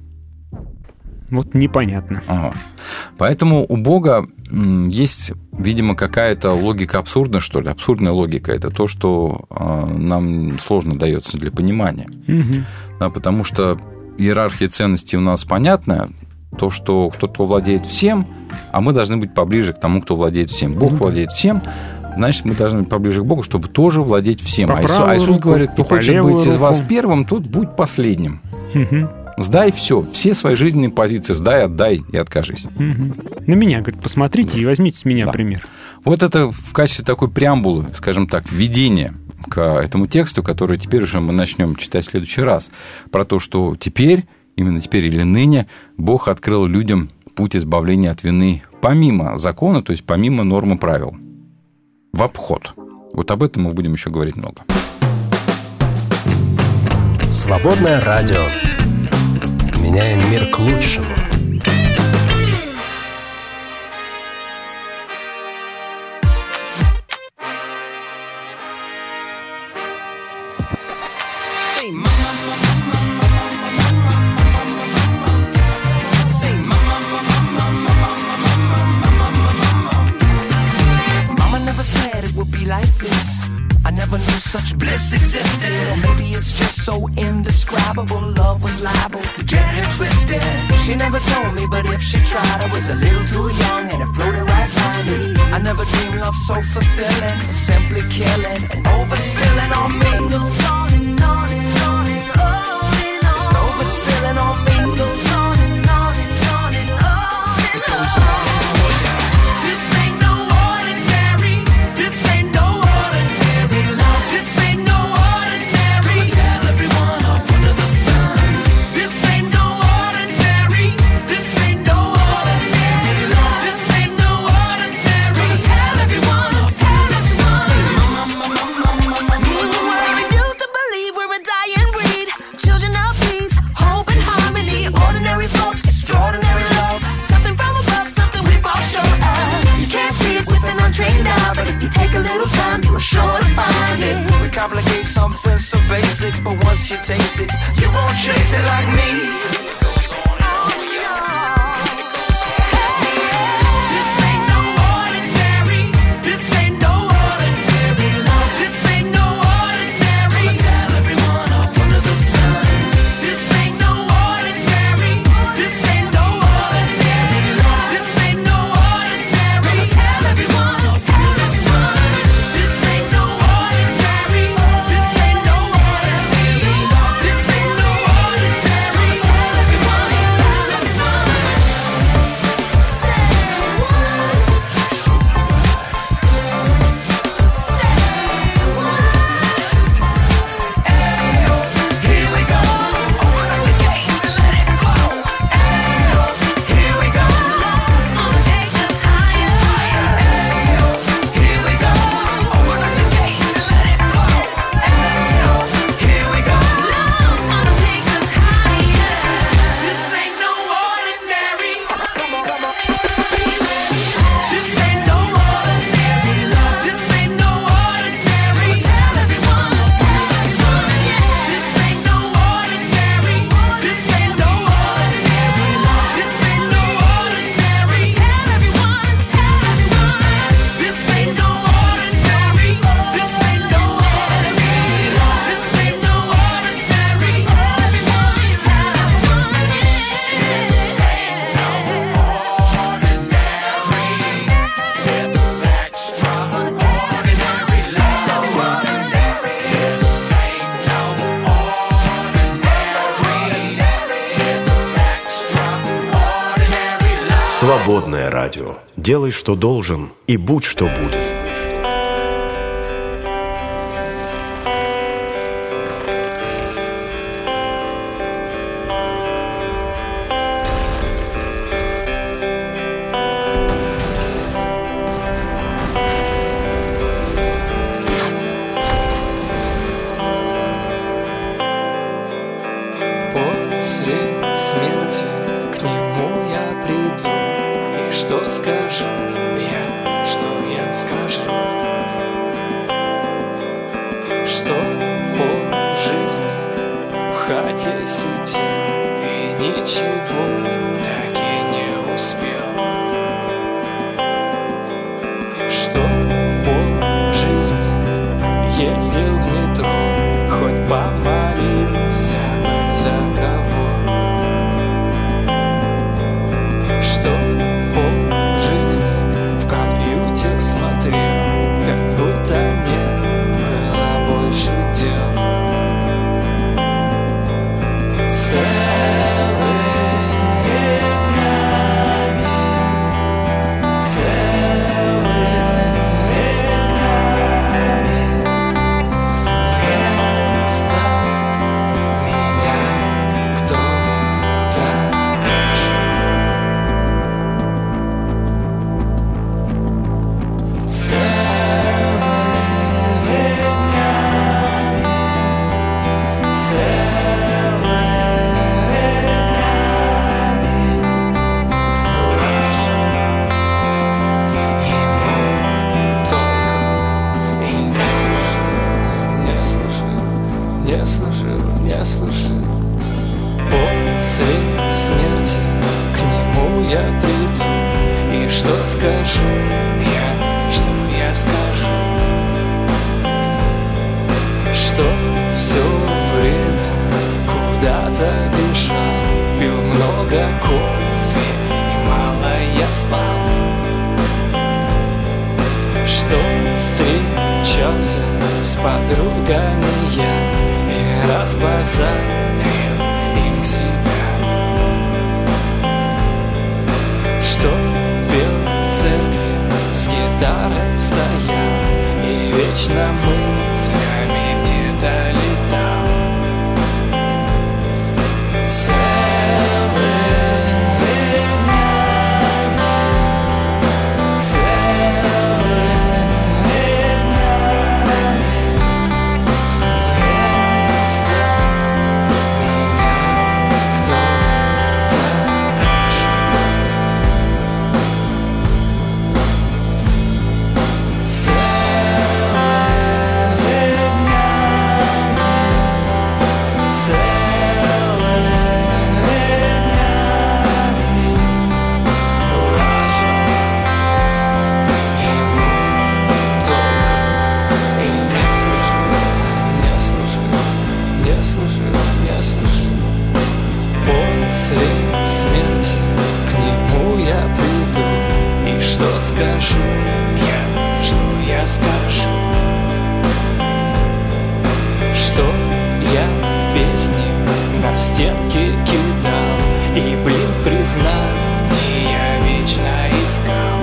Вот непонятно. Поэтому у Бога есть, видимо, какая-то логика абсурдная, что ли. Абсурдная логика – это то, что нам сложно дается для понимания. Да, потому что иерархия ценностей у нас понятная. То, что кто-то владеет всем, а мы должны быть поближе к тому, кто владеет всем. Бог владеет всем, значит, мы должны быть поближе к Богу, чтобы тоже владеть всем. А Иисус говорит, кто хочет быть из вас первым, тот будь последним. Сдай все свои жизненные позиции, сдай, отдай и откажись. На меня, говорит, посмотрите и возьмите с меня пример. Вот это в качестве такой преамбулы, скажем так, введения к этому тексту, который теперь уже мы начнем читать в следующий раз, про то, что теперь, именно теперь или ныне, Бог открыл людям путь избавления от вины помимо закона, то есть помимо нормы правил, в обход. Вот об этом мы будем еще говорить много. Свободное радио. Меняем мир к лучшему. Such bliss existed, or maybe it's just so indescribable. Love was liable to get her twisted. She never told me, but if she tried, I was a little too young and it floated right by me. I never dreamed love so fulfilling, but simply killing and overspilling on me. It goes on and on and on and on and on. It's overspilling on me. It goes on and on and on and on and on. It goes on. little time, you are sure to find it. We complicate something so basic, but once you taste it, you won't chase it like me. It goes on and on, yeah. It goes on and on. This ain't no ordinary. This ain't no ordinary love. This ain't no ordinary. I'ma tell everyone up under the sun. This ain't no ordinary. This ain't no ordinary love. This ain't no ordinary. I'ma tell everyone up under the sun. This ain't no ordinary. This ain't no ordinary love. This ain't no ordinary. I'ma tell everyone up under the sun. Here we go. Open up the gates and let it flow. Here we go. Love's gonna take us higher. Here we go. Open up the gates and let it flow. Here we go. Love's gonna take us higher. This ain't no ordinary. This ain't no ordinary love. This ain't no ordinary. Tell everyone under the sun. This ain't no ordinary. This ain't no ordinary love. This ain't no ordinary. Tell everyone. This ain't no ordinary. This ain't no ordinary love. This ain't no ordinary. Tell everyone. This ain't no ordinary. It's extraordinary love. This ain't no ordinary. It's extraordinary love. Свободное радио. Делай, что должен, и будь, что будет. После смерти к нему я приду. И что скажу я, что я скажу? Что по жизни в хате сидел и ничего так и не успел. Что по жизни ездил в метро, хоть помолился бы за кого. Что по жизни в компьютер смотрел, как будто не было больше дел. Целыми днями, целыми днями вместо меня кто-то жил. Целыми днями, целыми днями ложь ему толком и не служил, не служил, не служил. После смерти к нему я приду. И что скажу я, что я скажу? Что все время куда-то бежал, пил много кофе и мало я спал. Что встречался с подругами я и разбазарил им себя. Что пел в церкви, с гитарой стоял и вечно мыслями где-то летал. Целыми днями, целыми днями вместо меня кто-то жил. Целыми скажу я, что я скажу? Что я песни на стенке кидал и, признание вечно искал.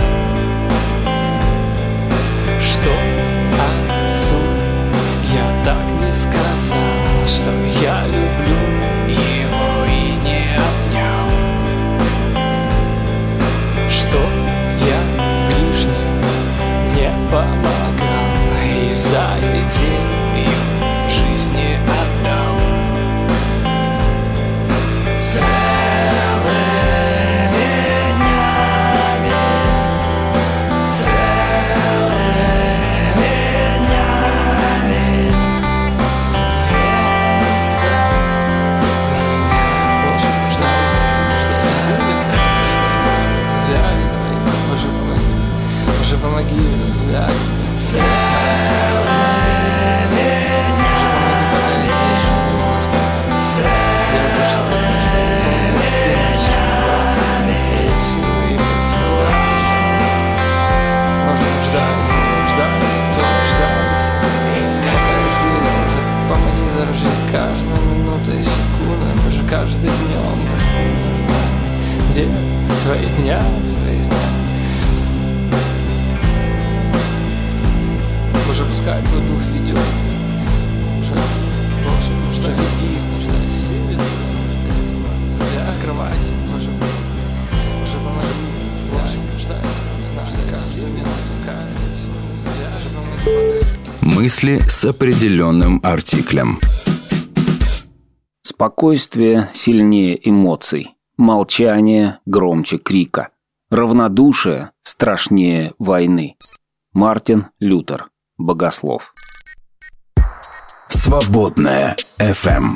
Что отцу я так не сказал, что я люблю его и не обнял. Что я ближним не помогал и за идею жизни отдал. Помоги, да. Помоги дорожить каждой минутой, секундой, даже каждым днем. Где твои дня, твои дня? Боже, пускай твой дух ведет. Боже, нужно везде их, нужно силе. Открывайся, Боже, Боже, помоги. Боже, нуждаюсь, каждую минуту, Боже, помоги. Мысли с определенным артиклем. Спокойствие сильнее эмоций. Молчание громче крика. Равнодушие страшнее войны. Мартин Лютер. Богослов. Свободная FM.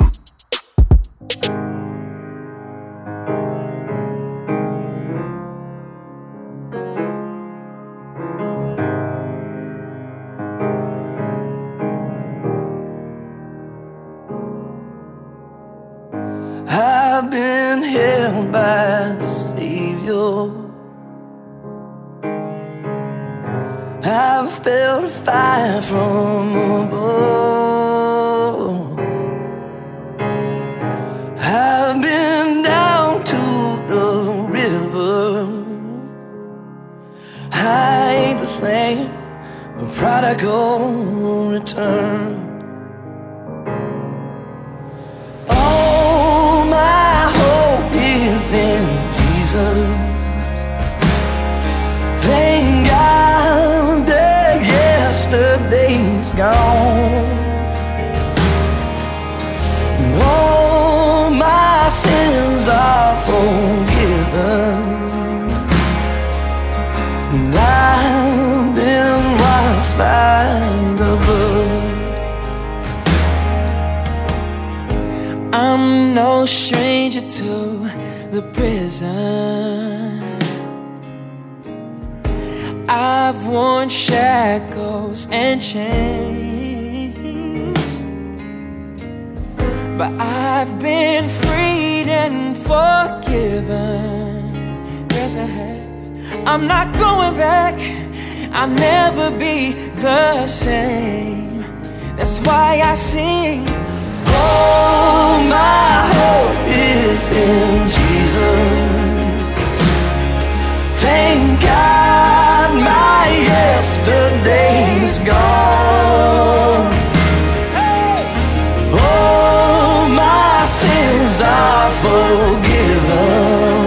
I've been held by the Savior. I've felt a fire from above. I've been down to the river. I ain't the same, a prodigal return. All my hope is in Jesus. Thank God that yesterday's gone. And all my sins are forgiven. And I've been washed by the blood. I'm no stranger to the prison. I've worn shackles and chains, but I've been freed and forgiven. Yes, I have. I'm not going back. I'll never be the same. That's why I sing. All my hope is in Jesus. Thank God my yesterday's gone. All my sins are forgiven.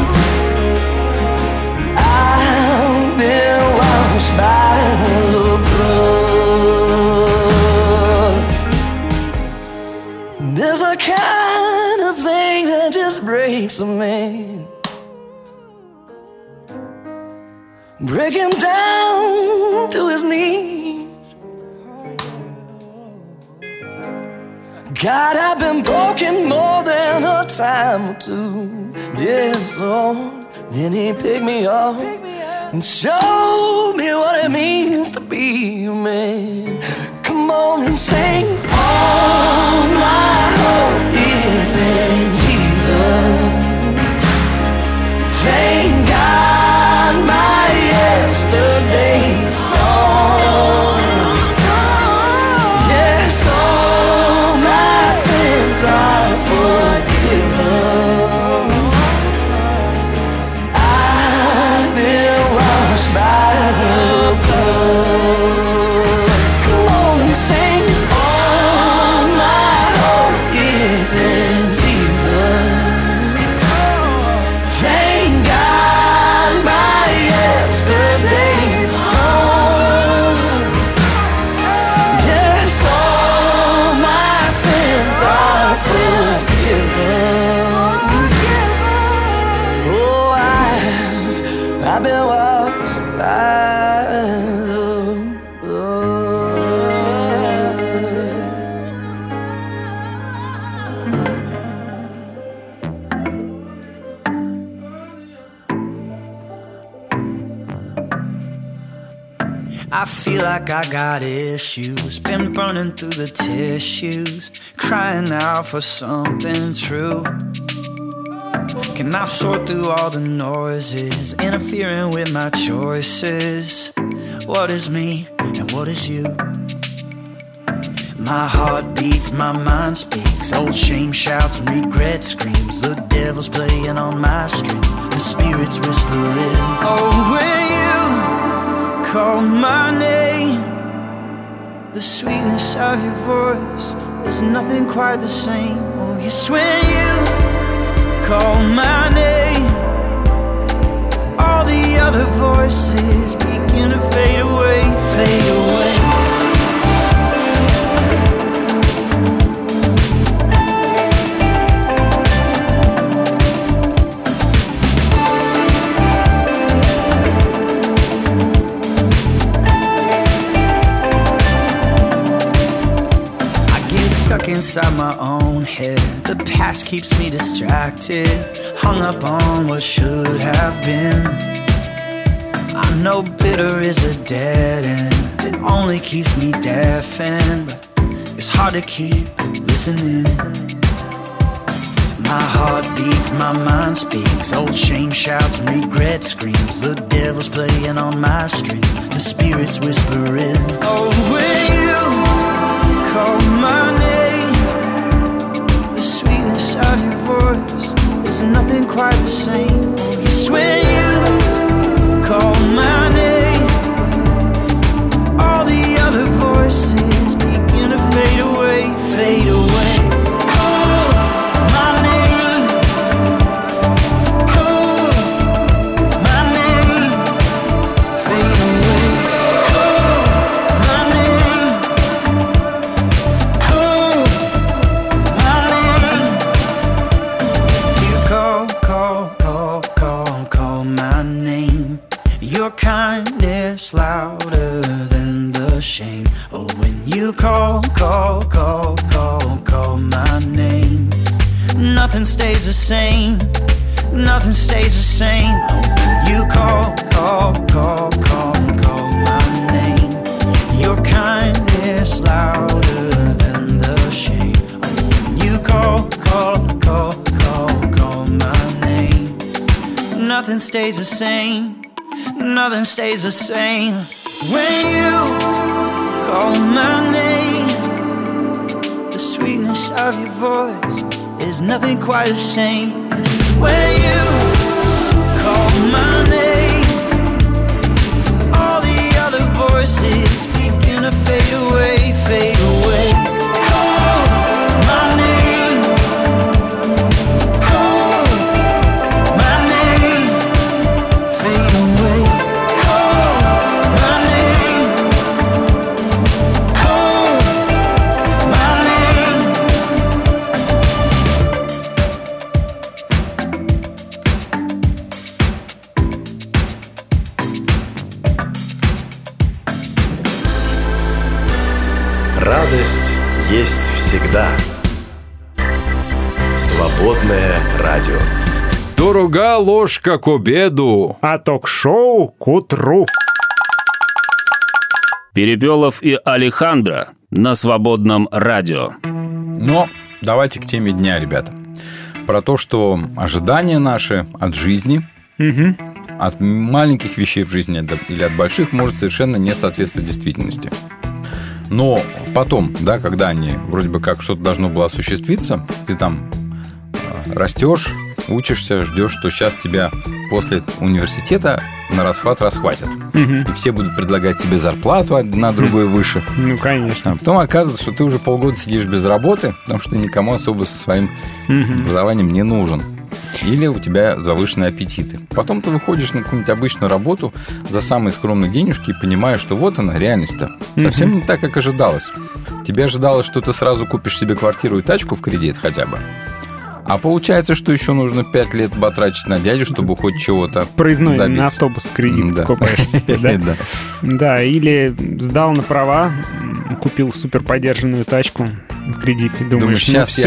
I've been washed by the blood. There's a kind of thing that just breaks a man. Break him down to his knees. God, I've been broken more than a time or two. Yes, Lord. Then he picked me up and showed me what it means to be a man. Come on and sing. All my hope is in Jesus. Thank God my I feel like I got issues, been burning through the tissues, crying out for something true. Can I sort through all the noises, interfering with my choices? What is me and what is you? My heart beats, my mind speaks, old shame shouts and regret screams. The devil's playing on my strings, the spirits whispering. Oh, when you call my name, the sweetness of your voice, there's nothing quite the same. Oh, yes, when you call my name, all the other voices begin to fade away, fade away. Inside my own head, the past keeps me distracted, hung up on what should have been. I know bitter is a dead end, it only keeps me deafened, but it's hard to keep listening. My heart beats, my mind speaks, old shame shouts and regret screams. The devil's playing on my strings, the spirits whispering. Oh, when you call my name, of your voice, there's nothing quite the same. Yes, when you call my name, all the other voices begin to fade away, fade away. Call my name, call my name, fade away. Call my name, call my name. Call my name. Your kindness louder than the shame. Oh, when you call my name, nothing stays the same. Nothing stays the same. Oh, when you call my name, your kindness louder than the shame. Oh, when you call my name, nothing stays the same. Nothing stays the same. When you call my name, the sweetness of your voice is nothing quite the same. When you call my name, all the other voices begin to fade away, fade away. Call my name, call my name, fade away. Call my name, call my name. Радость есть всегда. Свободное радио. Дорога ложка к обеду, а ток-шоу к утру. Перепелов и Алехандро на Свободном радио. Но давайте к теме дня, ребята. Про то, что ожидания наши от жизни, от маленьких вещей в жизни или от больших, может совершенно не соответствовать действительности. Но потом, да, когда они вроде бы как что-то должно было осуществиться, ты там растешь, учишься, ждешь, что сейчас тебя после университета на расхват расхватят. И все будут предлагать тебе зарплату одна другой выше. Ну, конечно. А потом оказывается, что ты уже полгода сидишь без работы, потому что ты никому особо со своим образованием не нужен. Или у тебя завышенные аппетиты. Потом ты выходишь на какую-нибудь обычную работу за самые скромные денежки и понимаешь, что вот она, реальность-то. Совсем не так, как ожидалось. Тебе ожидалось, что ты сразу купишь себе квартиру и тачку в кредит хотя бы. А получается, что еще нужно 5 лет батрачить на дядю, чтобы хоть чего-то проездной добиться. На автобус в кредит покупаешь себе, да? Да, или сдал на права, купил супер подержанную тачку, в кредит и думаешь,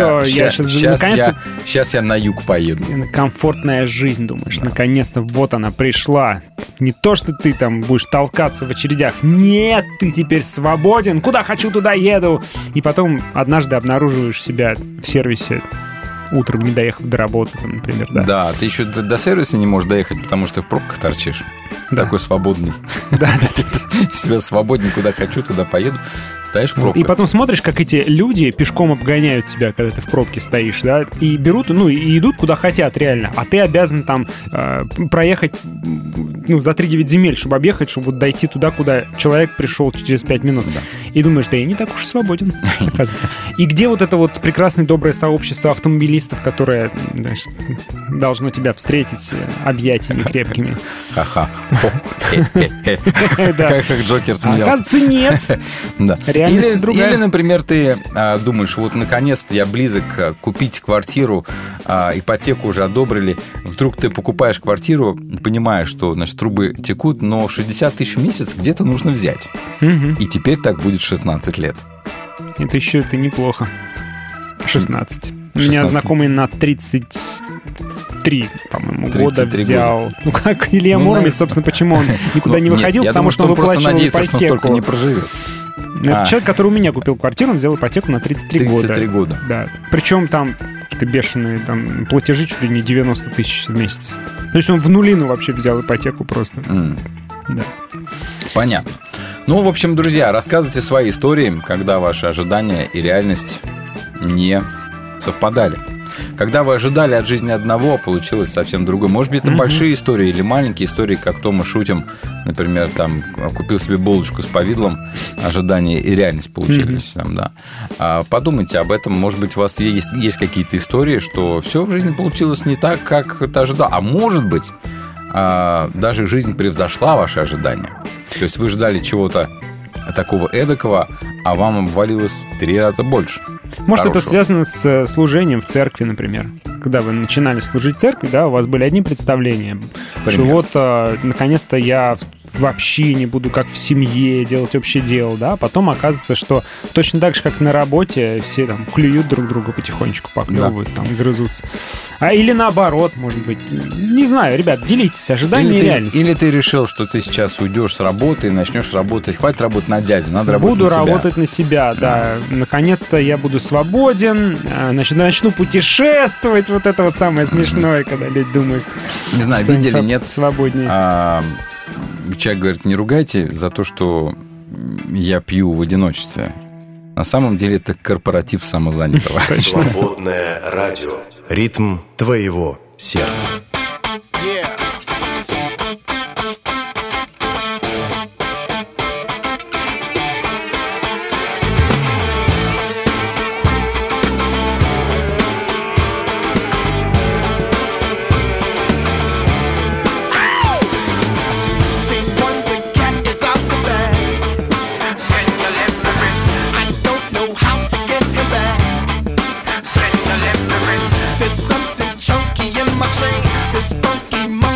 сейчас я на юг поеду. Комфортная жизнь, думаешь, наконец-то вот она пришла. Не то, что ты там будешь толкаться в очередях. Нет, ты теперь свободен. Куда хочу, туда еду. И потом однажды обнаруживаешь себя в сервисе, утром не доехав до работы, там, например. Да, ты еще до сервиса не можешь доехать, потому что ты в пробках торчишь. Да. Такой свободный. Да. Себя свободнее, куда хочу, туда поеду. Стоишь в пробках. И потом смотришь, как эти люди пешком обгоняют тебя, когда ты в пробке стоишь, да, и берут, и идут куда хотят реально. А ты обязан там проехать, за 3-9 земель, чтобы объехать, чтобы вот дойти туда, куда человек пришел через 5 минут. Да. И думаешь, да я не так уж свободен, оказывается. И где вот это вот прекрасное, доброе сообщество автомобилистов, которое, значит, должно тебя встретить объятиями крепкими? Ха-ха. Как Джокер смеялся. Оказывается, нет. Да. Или, например, ты думаешь, вот наконец-то я близок купить квартиру, ипотеку уже одобрили. Вдруг ты покупаешь квартиру, понимаешь, что, значит, трубы текут, но 60 тысяч в месяц где-то нужно взять. И теперь так будет 16 лет. Это неплохо. 16. У меня знакомый на 33, по-моему, года взял. Года. Ну, как Илья Муромец, собственно, почему он никуда не выходил, потому что он выплачивал ипотеку. Надеется, что он столько не проживет. Это человек, который у меня купил квартиру, он взял ипотеку на 33 года. 33 года. Да. Причем там какие-то бешеные там платежи, чуть ли не 90 тысяч в месяц. То есть он в нулину вообще взял ипотеку просто. Да. Понятно. Ну, в общем, друзья, рассказывайте свои истории, когда ваши ожидания и реальность не совпадали. Когда вы ожидали от жизни одного, получилось совсем другое. Может быть, это большие истории или маленькие истории, как то мы шутим. Например, там, купил себе булочку с повидлом, ожидания и реальность получились. Там, да. Подумайте об этом. Может быть, у вас есть какие-то истории, что все в жизни получилось не так, как ты ожидал. А может быть, даже жизнь превзошла ваши ожидания. То есть вы ждали чего-то такого эдакого, а вам обвалилось в 3 раза больше. Может, это связано с служением в церкви, например. Когда вы начинали служить в церкви, да, у вас были одни представления, что вот, наконец-то я вообще не буду как в семье делать общее дело, да, потом оказывается, что точно так же, как на работе, все там клюют друг друга потихонечку, поклевывают, там, грызутся. Или наоборот, может быть. Не знаю, ребят, делитесь ожиданиями и реальностью. Или ты решил, что ты сейчас уйдешь с работы и начнешь работать. Хватит работать на дядю, надо работать на себя. Буду работать на себя, да. Наконец-то я буду свободен, начну путешествовать. Вот это вот самое смешное, когда люди думают, не знаю, видели, нет, свободнее. Человек говорит, не ругайте за то, что я пью в одиночестве. На самом деле это корпоратив самозанятого. Свободное радио. Ритм твоего сердца. This funky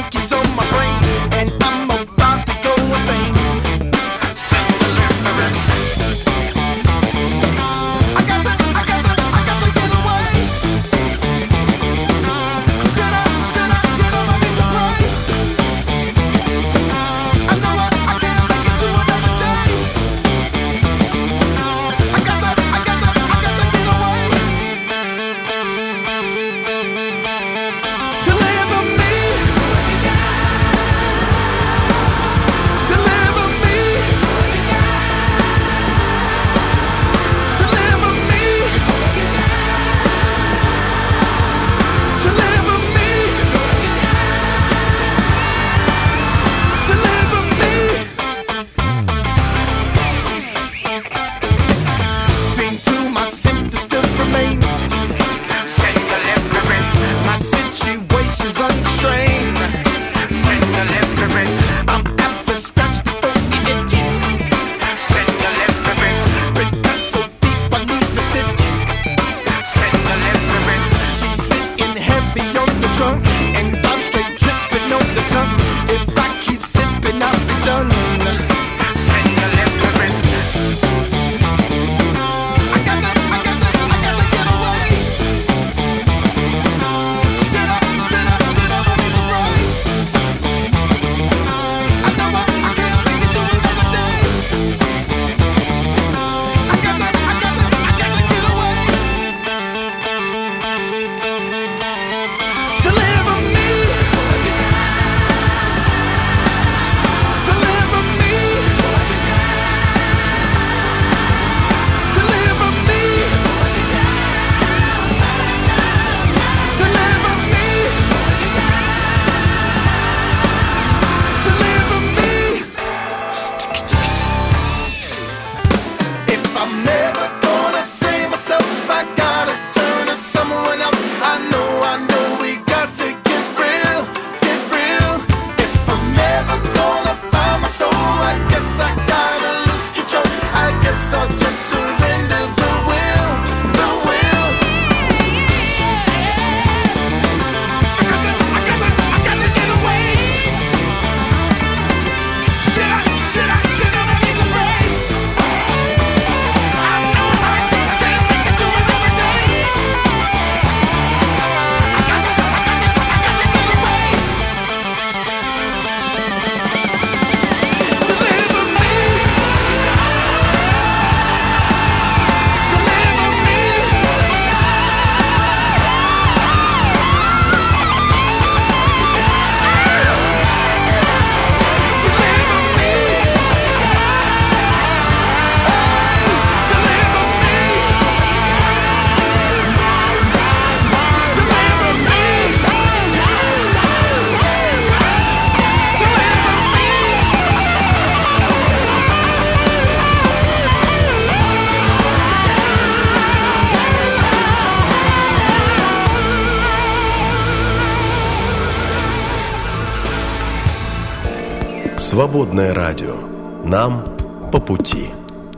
Свободное радио. Нам по пути.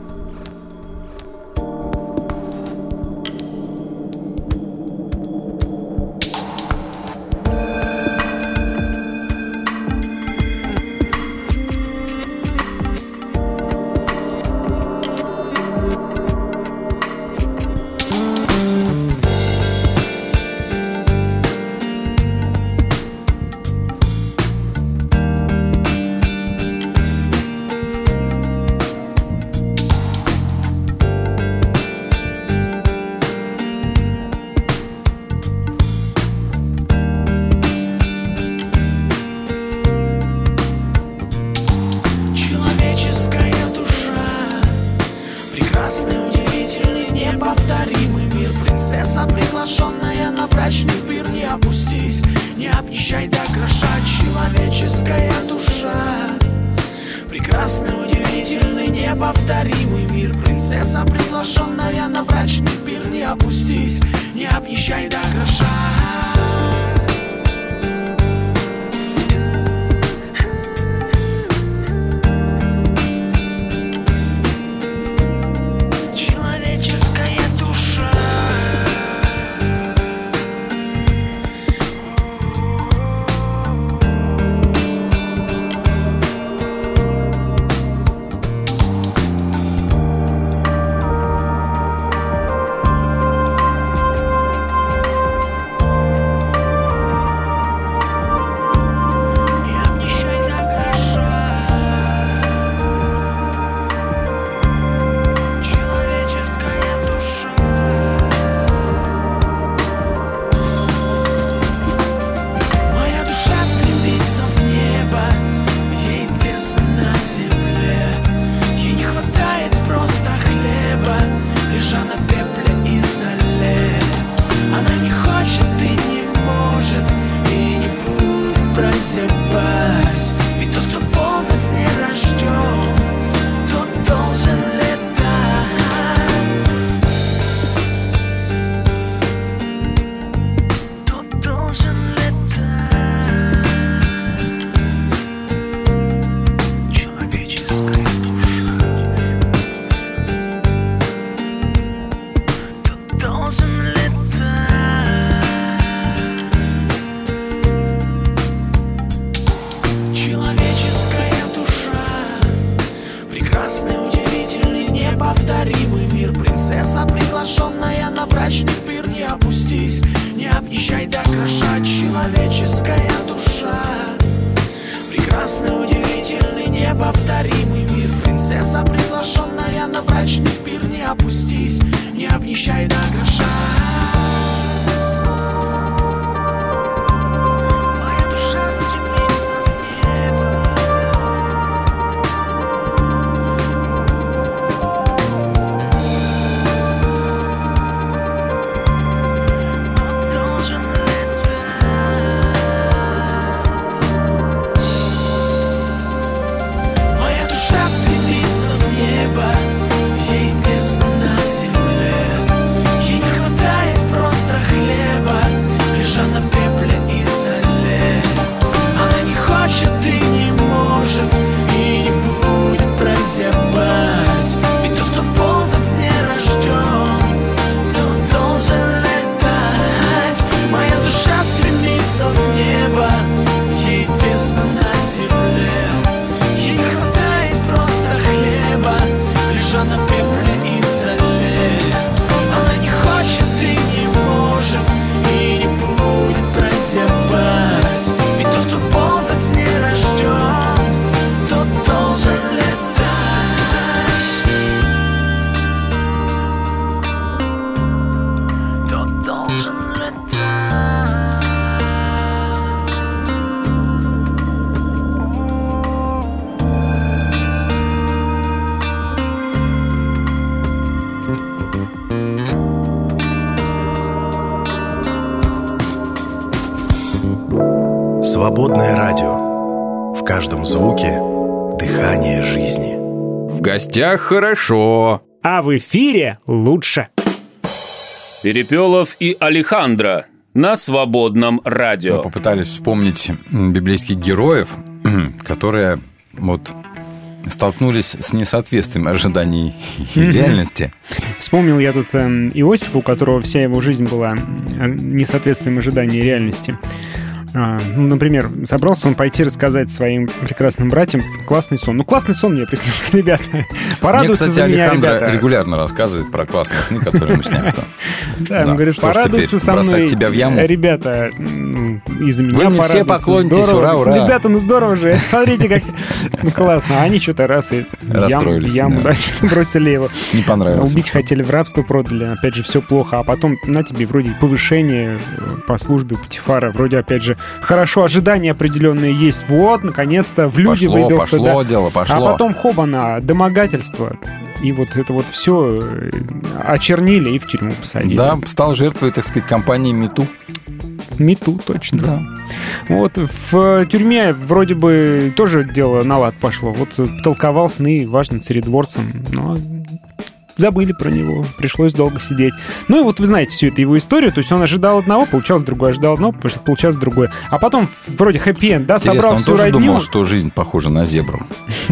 Свободное радио. В каждом звуке дыхание жизни. В гостях хорошо, а в эфире лучше. Перепелов и Алехандро на Свободном радио. Мы попытались вспомнить библейских героев, которые вот столкнулись с несоответствием ожиданий и реальности. Вспомнил я тут Иосифа, у которого вся его жизнь была несоответствием ожиданий и реальности. Например, собрался он пойти рассказать своим прекрасным братьям классный сон. Классный сон мне приснился, ребята. Порадуйся за меня, ребята. Мне, кстати, Алехандро регулярно рассказывает про классные сны, которые ему снятся. Да, он говорит, порадуйся со мной. Бросать тебя в яму? Ребята, из-за меня вы мне все поклонитесь, ура, ура. Ребята, здорово же. Смотрите, как классно. А они что-то раз и в яму, да, что-то бросили его. Не понравилось. Убить хотели, в рабство продали. Опять же, все плохо. А потом на тебе вроде повышение по службе у Патифара. Вроде, опять же, хорошо, ожидания определенные есть. Вот, наконец-то, в люди выбился. Пошло дело, пошло. А потом хобана, домогательство. И вот это вот все очернили и в тюрьму посадили. Да, стал жертвой, так сказать, компании МИТУ. МИТУ, точно. Да. Вот в тюрьме вроде бы тоже дело на лад пошло. Вот толковал сны важным царедворцам, но забыли про него, пришлось долго сидеть. Ну и вот вы знаете всю эту его историю, то есть он ожидал одного, получалось другое, ожидал одного, получалось другое. А потом вроде хэппи-энд, да, собрал всю родню. Он тоже думал, что жизнь похожа на зебру.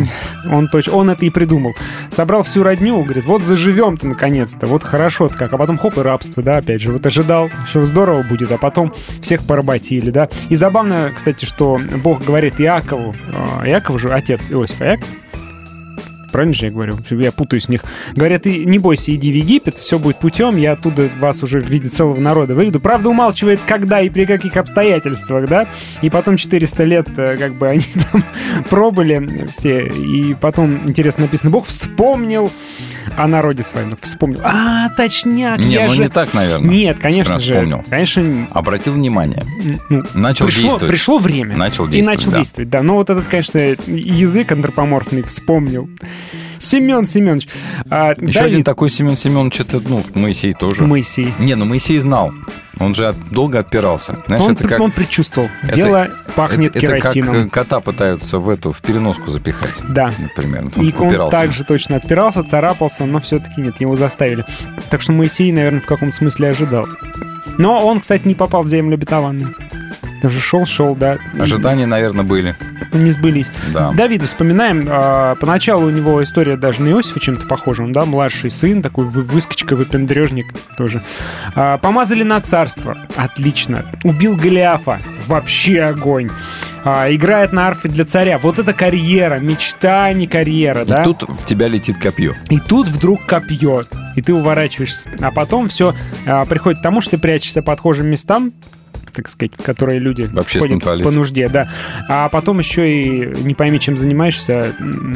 Он это и придумал. Собрал всю родню, говорит, вот заживем-то наконец-то, вот хорошо-то как. А потом хоп, и рабство, да, опять же. Вот ожидал, что здорово будет, а потом всех поработили, да. И забавно, кстати, что Бог говорит Иакову, Иаков же отец Иосифа, Иаков, правильно же я говорю? Я путаюсь в них. Говорят, и не бойся, иди в Египет, все будет путем, я оттуда вас уже в виде целого народа выведу. Правда, умалчивает, когда и при каких обстоятельствах, да? И потом 400 лет, как бы, они там пробыли все. И потом, интересно написано, Бог вспомнил о народе своем. Вспомнил. Точняк, Нет, не так, наверное. Нет, конечно же. Вспомнил. Конечно. Обратил внимание. Начал действовать. Пришло время. Начал действовать, да. Но вот этот, конечно, язык антропоморфный вспомнил. Семен Семенович. Еще один такой Семен Семенович, это, Моисей тоже. Моисей. Моисей знал. Он же долго отпирался. Знаешь, он предчувствовал. Дело пахнет керосином. Это как кота пытаются в переноску запихать. Да. Например. Он также точно отпирался, царапался, но все-таки нет, его заставили. Так что Моисей, наверное, в каком-то смысле ожидал. Но он, кстати, не попал в землю обетованную. Даже шел, да. Ожидания, наверное, были. Не сбылись. Да. Давида вспоминаем. Поначалу у него история даже на Иосифа чем-то похожа. Он, да, младший сын, такой выскочка, выпендрежник тоже. Помазали на царство. Отлично. Убил Голиафа. Вообще огонь. Играет на арфе для царя. Вот это карьера. Мечта, не карьера, да? И тут в тебя летит копье. И тут вдруг копье. И ты уворачиваешься. А потом все приходит к тому, что ты прячешься по отхожим местам, так сказать, в которые люди ходят по нужде, да. А потом еще и не пойми, чем занимаешься,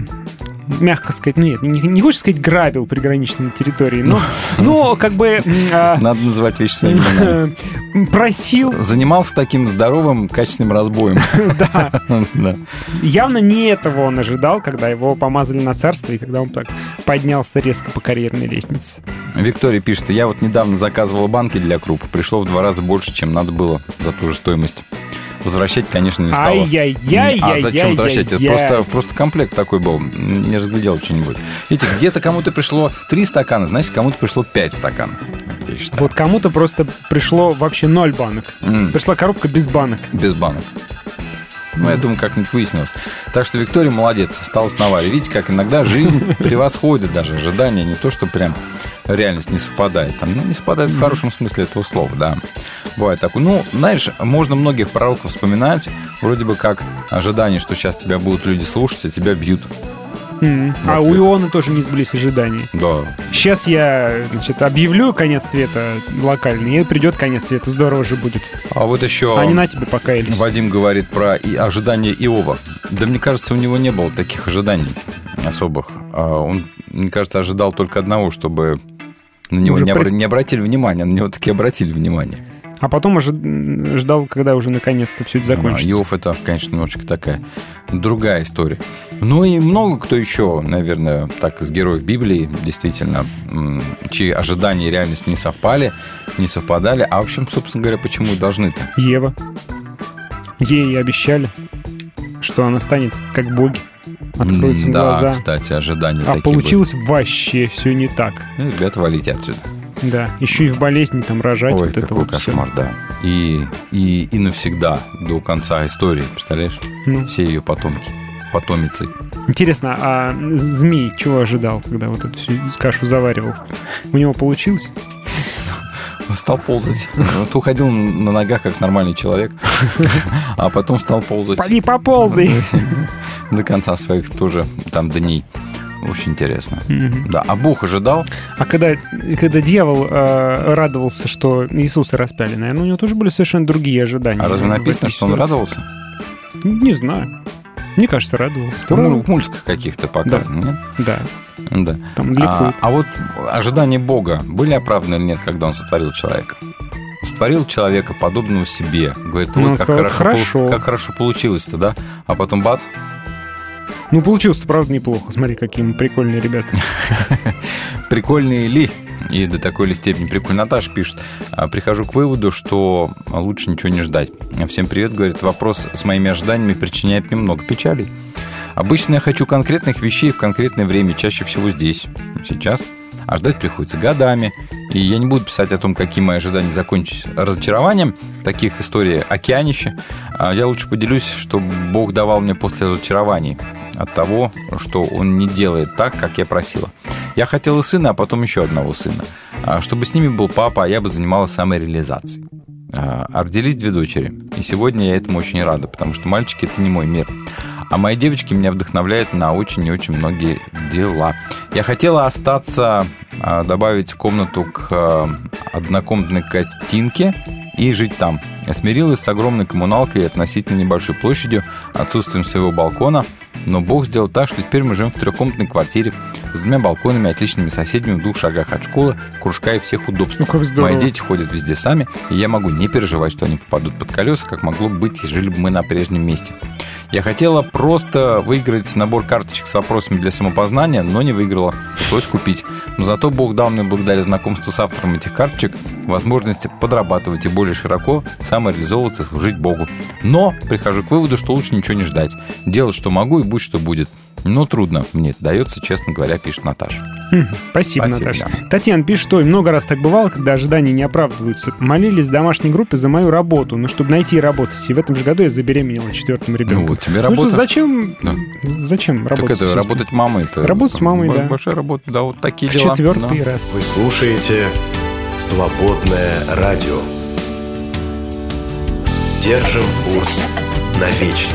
мягко сказать, не хочешь сказать, грабил приграничные территории, но как бы... Надо называть вещи своими именами. Просил... Занимался таким здоровым, качественным разбоем. Да. Явно не этого он ожидал, когда его помазали на царство, и когда он так поднялся резко по карьерной лестнице. Виктория пишет, я вот недавно заказывала банки для круп, пришло в 2 раза больше, чем надо было за ту же стоимость. Возвращать, конечно, не стало. Зачем возвращать? Это просто комплект такой был. Не разглядел что-нибудь. Видите, где-то кому-то пришло 3 стакана, значит, кому-то пришло 5 стаканов. Вот кому-то просто пришло вообще 0 банок. Пришла коробка без банок. Без банок. Я думаю, как-нибудь выяснилось. Так что Виктория молодец, осталась на варе. Видите, как иногда жизнь превосходит даже ожидания. Не то, что прям реальность не совпадает. Она не совпадает в хорошем смысле этого слова, да. Бывает такое. Знаешь, можно многих пророков вспоминать, вроде бы как ожидание, что сейчас тебя будут люди слушать, а тебя бьют. А у Иона тоже не сбылись ожидания. Да. Сейчас я, объявлю конец света локальный, и придет конец света, здорово же будет. А вот еще... Они на тебе покаялись. Вадим говорит про ожидания Иова. Да мне кажется, у него не было таких ожиданий особых. Он, мне кажется, ожидал только одного, чтобы на него не обратили внимания. На него таки обратили внимание. А потом ждал, когда уже наконец-то все это закончится. Иов — это, конечно, немножечко такая другая история. И много кто еще, наверное, так из героев Библии, действительно, чьи ожидания и реальность не совпадали. А в общем, собственно говоря, почему должны-то? Ева. Ей обещали, что она станет как боги. Откроются глаза. Да, кстати, ожидания такие получилось вообще все не так. Ребята, валите отсюда. Да, еще и в болезни там рожать. Ой, вот какой это кошмар, все. Да. И навсегда, до конца истории, представляешь? Все ее потомки. потомицей. Интересно, а змей чего ожидал, когда вот эту всю кашу заваривал? У него получилось? Стал ползать. Вот уходил на ногах, как нормальный человек, а потом стал ползать. Поди поползай! До конца своих тоже там дней. Очень интересно. Да, а Бог ожидал? А когда дьявол радовался, что Иисуса распяли, наверное, у него тоже были совершенно другие ожидания. А разве написано, что он радовался? Не знаю. Мне кажется, радовался. В мультиках каких-то показано, да. Нет? Да. Там а вот ожидания Бога были оправданы или нет, когда он сотворил человека? Сотворил человека, подобного себе. Говорит, вот как хорошо получилось-то, да? А потом бац. Ну, получилось-то, правда, неплохо. Смотри, какие мы прикольные ребята. Прикольные ли? И до такой ли степени прикольно. Наташа пишет: прихожу к выводу, что лучше ничего не ждать. Всем привет, говорит, вопрос с моими ожиданиями причиняет мне много печалей. Обычно я хочу конкретных вещей в конкретное время, чаще всего здесь, сейчас. А ждать приходится годами. И я не буду писать о том, какие мои ожидания закончились разочарованием. Таких историй океанище. Я лучше поделюсь, что Бог давал мне после разочарований от того, что Он не делает так, как я просила. Я хотела сына, а потом еще одного сына. Чтобы с ними был папа, а я бы занималась самореализацией. А родились 2 дочери. И сегодня я этому очень рада, потому что мальчики – это не мой мир. А мои девочки меня вдохновляют на очень и очень многие дела. Я хотела остаться, добавить комнату к однокомнатной гостинке и жить там. Я смирилась с огромной коммуналкой и относительно небольшой площадью, отсутствием своего балкона. Но Бог сделал так, что теперь мы живем в 3-комнатной квартире с 2 балконами, отличными соседями в 2 шагах от школы, кружка и всех удобств. Мои дети ходят везде сами, и я могу не переживать, что они попадут под колеса, как могло быть, если жили бы мы на прежнем месте. Я хотела просто выиграть набор карточек с вопросами для самопознания, но не выиграла. Пришлось купить. Но зато Бог дал мне, благодаря знакомству с автором этих карточек, возможность подрабатывать и более широко самореализовываться и служить Богу. Но прихожу к выводу, что лучше ничего не ждать. Делать, что могу, и будь, что будет. Но трудно мне это дается, честно говоря, пишет Наташа. Спасибо, Наташа. Да. Татьяна пишет, что много раз так бывало, когда ожидания не оправдываются. Молились в домашней группе за мою работу, но чтобы найти и работать. И в этом же году я забеременела 4-м ребенком. Ну вот тебе работа. Что, зачем работать? Так это работать мамой. Работать с мамой, да. Большая работа, да, вот такие в дела. 4-й раз. Вы слушаете «Свободное радио». Держим курс на вечное.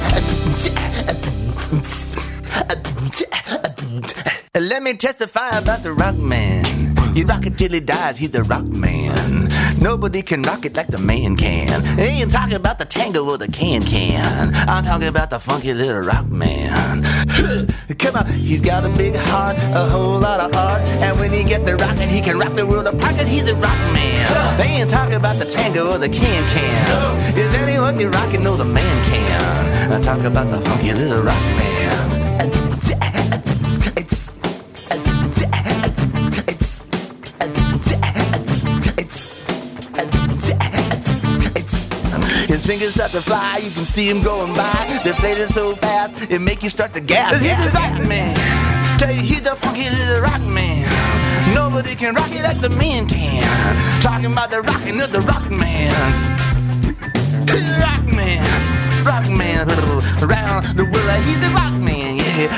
Let me testify about the rock man. You rock it till he dies, he's the rock man. Nobody can rock it like the man can. I ain't talking about the tango or the can-can. I'm talking about the funky little rock man. Come on, he's got a big heart, a whole lot of art. And when he gets to rockin', he can rock the world apart, 'cause he's a rock man. They ain't talking about the tango or the can-can. If anyone can rock it, no, the man can. I talk about the funky little rock man. His fingers start to fly, you can see him going by, deflating so fast, it make you start to gasp. He's the rock man, tell you he's the funky little rock man. Nobody can rock it like the man can. Talking about the rockin' of the rock man. Rock man, around the world, he's the rock man, yeah.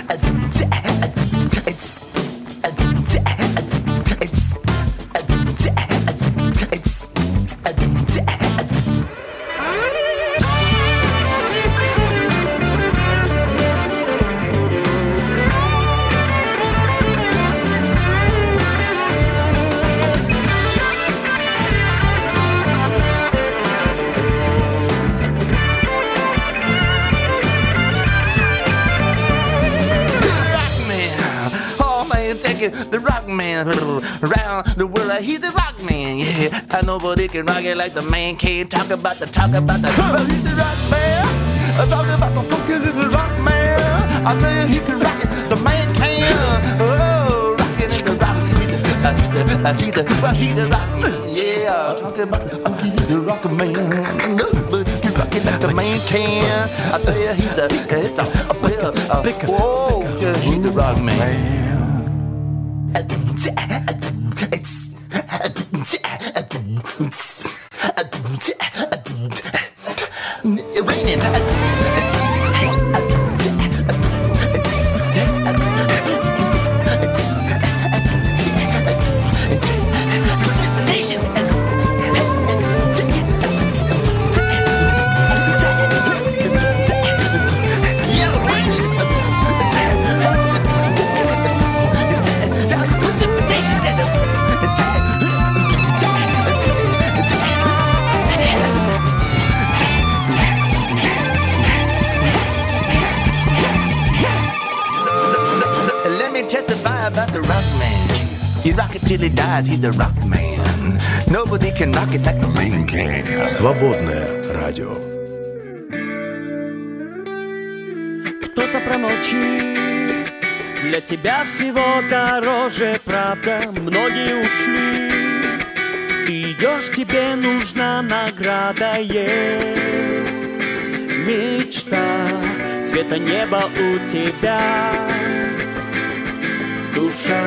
The rock man, around the world, he's the rock man, yeah. And nobody can rock it like the man can. Talk about the, well, he's the rock man. Talk about the funky little rock man. I tell you, he can rock it, the man can. Oh, rockin' in the rock, he's the rock man, yeah. Talk about the funky little rock man. Nobody can rock it like the man can. I tell you, he's a whoa, yeah, he's the rock man. Raining. testify about the rock man. You rock it till he dies, he's the rock man. Nobody can rock it like the man can. Свободное радио. Кто-то промолчит, для тебя всего дороже правда. Многие ушли, ты идешь, тебе нужна награда. Есть мечта цвета неба у тебя, душа.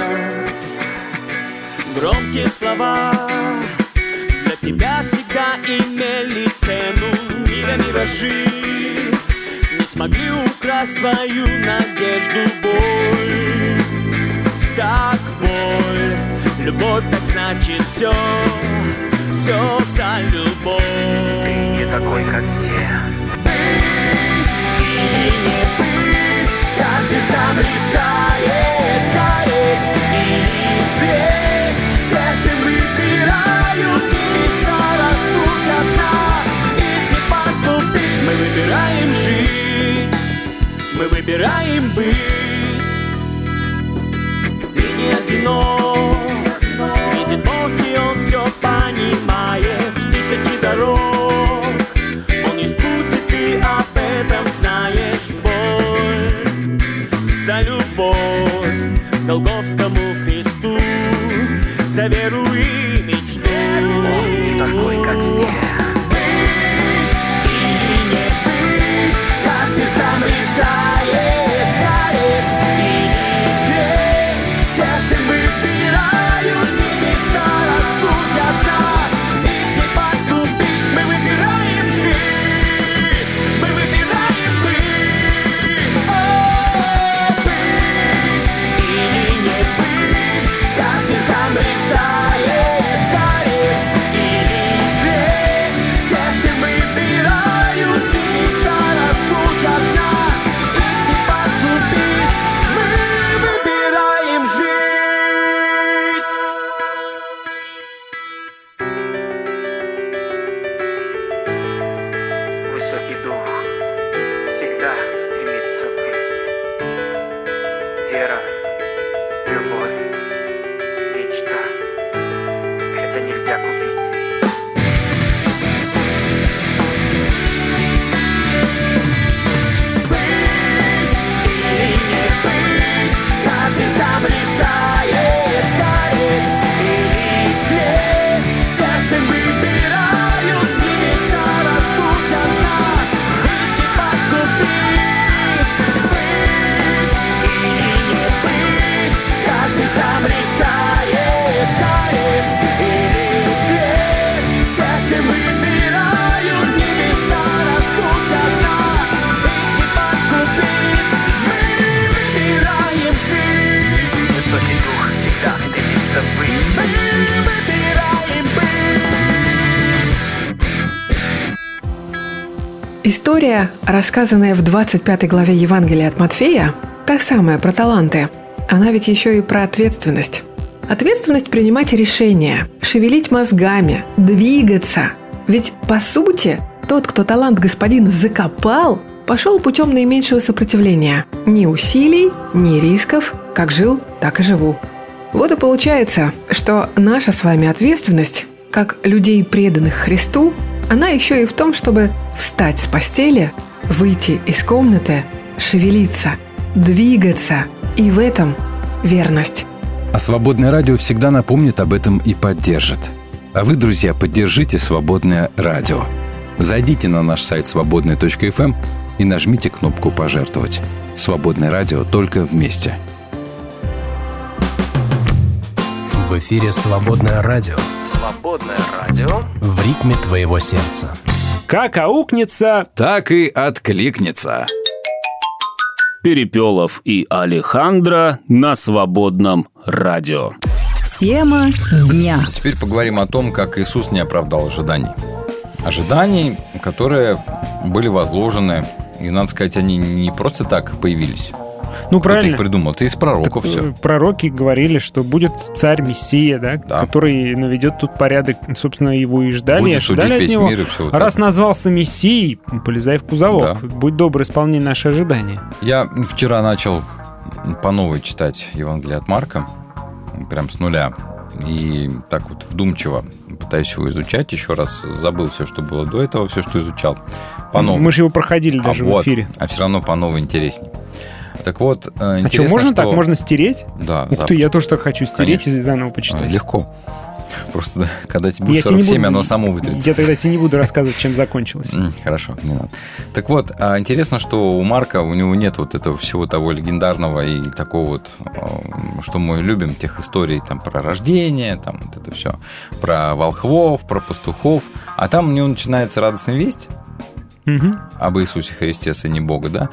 Громкие слова для тебя всегда имели цену. Мира миражи не смогли украсть твою надежду. Боль, так боль, любовь, так значит все, все за любовь. Ты не такой, как все. Быть или не быть, каждый сам решает. Гореть или тлеть, сердцем выбирают. Небеса рассудят нас, их не поступить. Мы выбираем жить, мы выбираем быть. Ты не одинок, видит Бог, и Он все понимает. Тысячи дорог Он не спутит, ты об этом знаешь. Боль за любовь к Голгофскому кресту, за веру и мечту. Он не такой, как все. Быть или не быть, каждый сам решает. Гореть или тлеть, сердцем выбирают. Небеса рассудят нас, их не поступить. Мы выбираем жить, мы выбираем быть. О, быть или не быть, каждый сам решает. Гореть или тлеть, сердцем выбирают. Небеса рассудят нас, их не поступить. Мы выбираем жить. Высокий дух всегда стремится ввысь. Вера, любовь, мечта — это нельзя купить. Быть или не быть, каждый сам решает. Гореть или тлеть, сердцем выбирают. Небеса рассудят нас, их не подкупить. Быть или не быть, каждый сам решает. Гореть или тлеть, сердцем выбирают. Небеса рассудят нас, их не подкупить. Мы выбираем жить, Высокий дух всегда стремится ввысь. мы выбираем быть. История, рассказанная в 25 главе Евангелия от Матфея, та самая про таланты, она ведь еще и про ответственность. Ответственность принимать решения, шевелить мозгами, двигаться. Ведь, по сути, тот, кто талант господина закопал, пошел путем наименьшего сопротивления. Ни усилий, ни рисков. Как жил, так и живу. Вот и получается, что наша с вами ответственность, как людей, преданных Христу, она еще и в том, чтобы встать с постели, выйти из комнаты, шевелиться, двигаться. И в этом верность. А Свободное радио всегда напомнит об этом и поддержит. А вы, друзья, поддержите Свободное радио. Зайдите на наш сайт свободное.фм и нажмите кнопку «Пожертвовать». Свободное радио только вместе. В эфире «Свободное радио». Свободное радио. В ритме твоего сердца. Как аукнется, так и откликнется. Перепелов и Алехандро на Свободном радио. Тема дня. Теперь поговорим о том, как Иисус не оправдал ожиданий. Ожиданий, которые были возложены, и, надо сказать, они не просто так появились. Ну, Кто-то правильно. их придумал, это из пророков Так, все. Пророки говорили, что будет царь Мессия, да, который наведет тут порядок. Собственно, его и ждали. Будет ожидали судить от весь него. мир и все вот Раз это. назвался Мессией, полезай в кузовок. Да. Будь добр, исполни наши ожидания. Я вчера начал по новой читать Евангелие от Марка, прям с нуля. И так вот вдумчиво пытаюсь его изучать. Еще раз забыл все, что было до этого, все, что изучал. По новой. Мы же его проходили даже в эфире. А все равно по новой интересней. Так вот, интересно, что, можно так? Можно стереть? Да. Ух ты, я тоже так хочу стереть. Конечно. И заново почитать. Легко. Просто, да, когда тебе будет 47, оно само вытрется. Я тогда тебе не буду рассказывать, чем закончилось. Хорошо, не надо. Так вот, интересно, что у Марка, у него нет вот этого всего того легендарного и такого вот, что мы любим, тех историй там про рождение, там вот это все, про волхвов, про пастухов. А там у него начинается радостная весть об Иисусе Христе, Сыне Бога, да,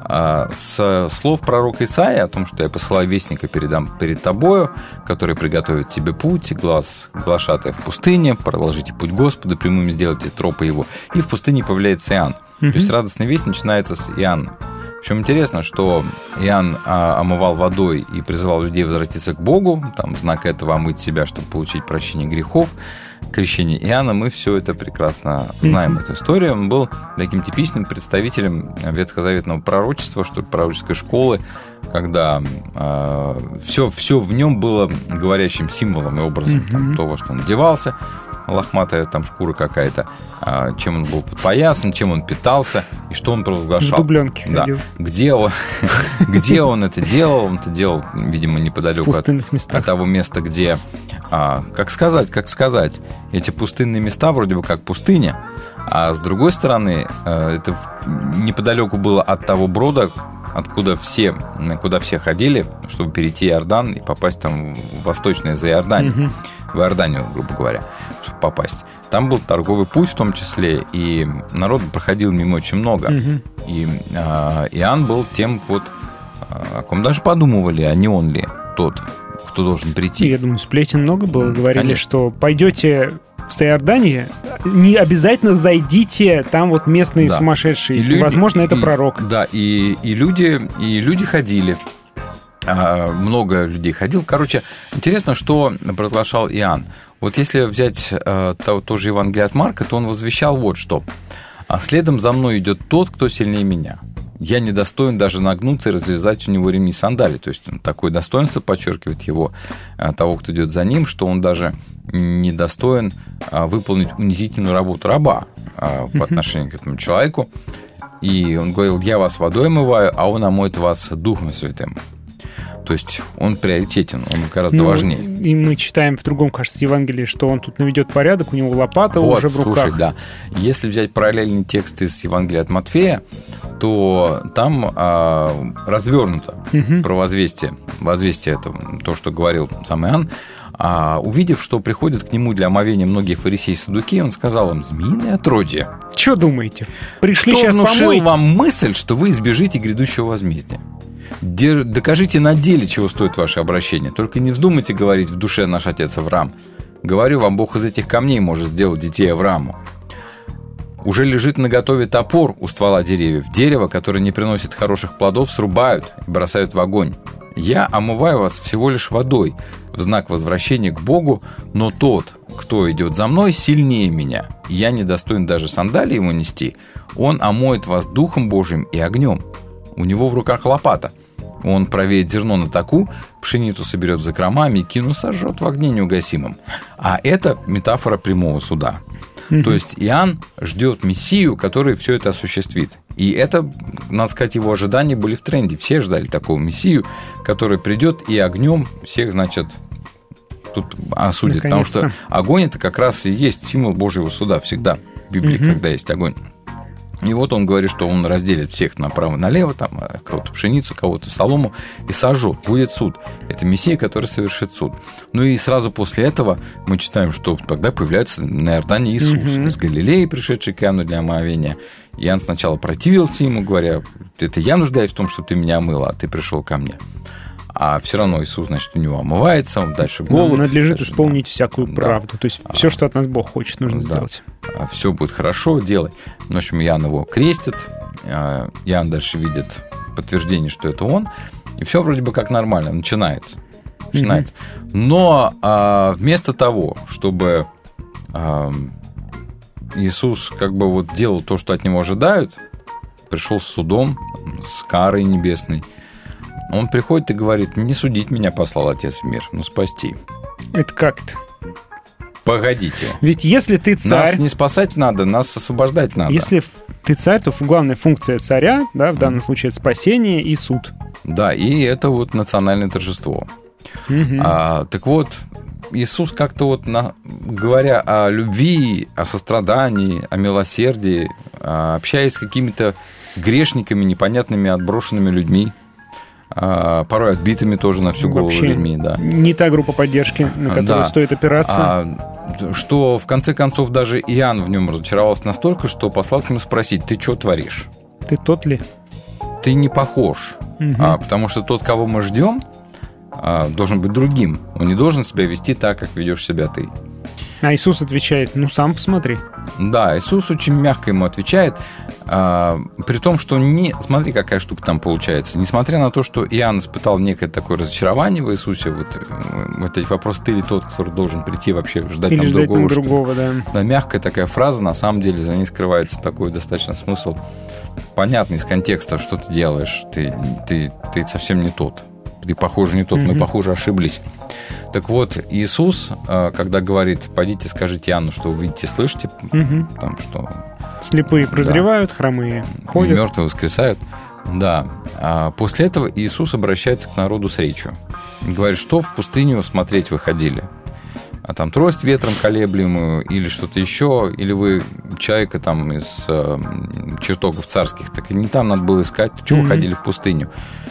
с слов пророка Исаии о том, что я посылаю вестника перед тобою, который приготовит тебе путь, глаз глашатая в пустыне, проложите путь Господу, прямыми сделайте тропы его. И в пустыне появляется Иоанн. То есть радостная весть начинается с Иоанна. Причем интересно, что Иоанн омывал водой и призывал людей возвратиться к Богу, там в знак этого омыть себя, чтобы получить прощение грехов. Крещение Иоанна, мы все это прекрасно знаем, эту историю. Он был таким типичным представителем ветхозаветного пророчества, что ли, пророческой школы, когда все в нем было говорящим символом и образом там, того, что он одевался, лохматая там шкура какая-то, чем он был подпоясан, чем он питался и что он провозглашал. В дубленке ходил. Где он это делал? Он это делал, видимо, неподалеку от того места, где, как сказать, эти пустынные места вроде бы как пустыня, а с другой стороны, это неподалеку было от того брода, куда все ходили, чтобы перейти Иордан и попасть там в восточное за Иорданию, в Иорданию, грубо говоря, чтобы попасть. Там был торговый путь в том числе, и народ проходил мимо очень много. И Иоанн был тем, вот, о ком даже подумывали, а не он ли тот, кто должен прийти. Я думаю, сплетен много было. Говорили, что пойдете в Иордании, не обязательно зайдите, там вот местные сумасшедшие. Возможно, это пророк. Да, и люди ходили. Много людей ходил. Короче, интересно, что провозглашал Иоанн. Вот если взять тоже Евангелие от Марка, то он возвещал вот что. «А следом за мной идет тот, кто сильнее меня. Я не достоин даже нагнуться и развязать у него ремни сандалий». То есть такое достоинство подчеркивает его, того, кто идет за ним, что он даже не достоин выполнить унизительную работу раба по отношению к этому человеку. И он говорил: «Я вас водой омываю, а он омоет вас Духом Святым». То есть он приоритетен, он гораздо важнее. И мы читаем в другом, кажется, Евангелии, что он тут наведет порядок, у него лопата уже в руках. Слушай, да. Если взять параллельный текст из Евангелия от Матфея, то там развернуто про возвестие этого, то, что говорил сам Иоанн. Увидев, что приходят к нему для омовения многие фарисеи и саддукеи, он сказал им: «Змеиное отродье! Что думаете? Пришли сейчас помоетесь? Кто внушил вам мысль, что вы избежите грядущего возмездия? Докажите на деле, чего стоит ваше обращение. Только не вздумайте говорить в душе: наш отец Авраам. Говорю вам, Бог из этих камней может сделать детей Аврааму. Уже лежит наготове топор у ствола деревьев. Дерево, которое не приносит хороших плодов, срубают и бросают в огонь. Я омываю вас всего лишь водой в знак возвращения к Богу, но тот, кто идет за мной, сильнее меня. Я не достоин даже сандалии ему нести. Он омоет вас Духом Божьим и огнем. У него в руках лопата. Он провеет зерно на таку, пшеницу соберет в закрома, мекину сожжет в огне неугасимом». А это метафора прямого суда. То есть Иоанн ждет Мессию, который все это осуществит. И это, надо сказать, его ожидания были в тренде. Все ждали такого Мессию, который придет и огнем всех, значит, тут осудит. Наконец-то. Потому что огонь – это как раз и есть символ Божьего суда всегда в Библии, когда есть огонь. И вот он говорит, что он разделит всех направо и налево, там, кого-то пшеницу, кого-то солому, и сожжет. Будет суд. Это Мессия, который совершит суд. Ну и сразу после этого мы читаем, что тогда появляется на Иордане Иисус из Галилеи, пришедший к Иоанну для омовения. Иоанн сначала противился ему, говоря: «Это я нуждаюсь в том, чтобы ты меня омыл, а ты пришел ко мне». А все равно Иисус, значит, у него омывается, он дальше голод. Нам надлежит исполнить всякую правду. То есть все, что от нас Бог хочет, нужно сделать. Все будет хорошо, делай. В общем, Иоанн его крестит. Иоанн дальше видит подтверждение, что это он. И все вроде бы как нормально. Начинается. Но вместо того, чтобы Иисус как бы вот делал то, что от него ожидают, пришел с судом, с карой небесной, Он приходит и говорит: не судить меня послал Отец в мир, но спасти. Это как-то? Погодите. Ведь если ты царь... Нас не спасать надо, нас освобождать надо. Если ты царь, то главная функция царя, да, в данном случае, это спасение и суд. Да, и это вот национальное торжество. Так вот, Иисус как-то вот, говоря о любви, о сострадании, о милосердии, общаясь с какими-то грешниками, непонятными, отброшенными людьми, порой отбитыми тоже на всю голову вообще людьми. Да. Не та группа поддержки, на которую стоит опираться. Что, в конце концов, даже Иоанн в нем разочаровался настолько, что послал к нему спросить: ты что творишь? Ты тот ли? Ты не похож. Потому что тот, кого мы ждем, должен быть другим. Он не должен себя вести так, как ведешь себя ты. А Иисус отвечает: ну, сам посмотри. Да, Иисус очень мягко ему отвечает, при том, что смотри, какая штука там получается. Несмотря на то, что Иоанн испытал некое такое разочарование в Иисусе, вот эти вопросы: ты ли тот, который должен прийти, вообще ждать или там ждать другого, да. Да, мягкая такая фраза, на самом деле за ней скрывается такой достаточно смысл, понятный из контекста, что ты делаешь. Ты совсем не тот. Ты, похоже, не тот, мы, похоже, ошиблись. Так вот, Иисус, когда говорит: пойдите, скажите Иоанну, что вы видите, слышите, там, что... Слепые прозревают, хромые ходят. Мертвые воскресают. Да. А после этого Иисус обращается к народу с речью. Говорит: что в пустыню смотреть вы ходили? А там трость ветром колеблемую или что-то еще, или вы человека там из чертогов царских, так и не там надо было искать, чего вы ходили в пустыню?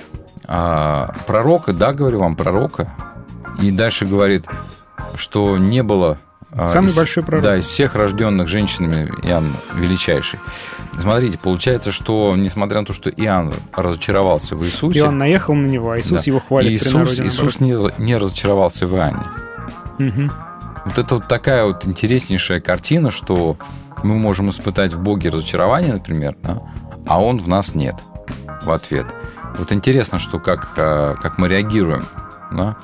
Пророка, да, говорю вам, пророка. И дальше говорит, что не было... Самый большой пророк. Да, из всех рожденных женщинами Иоанн величайший. Смотрите, получается, что несмотря на то, что Иоанн разочаровался в Иисусе... Иоанн наехал на него, а Иисус его хвалит. Иисус не разочаровался в Иоанне. Вот это вот такая вот интереснейшая картина, что мы можем испытать в Боге разочарование, например, да, а Он в нас нет в ответ. Вот интересно, что как мы реагируем. Да?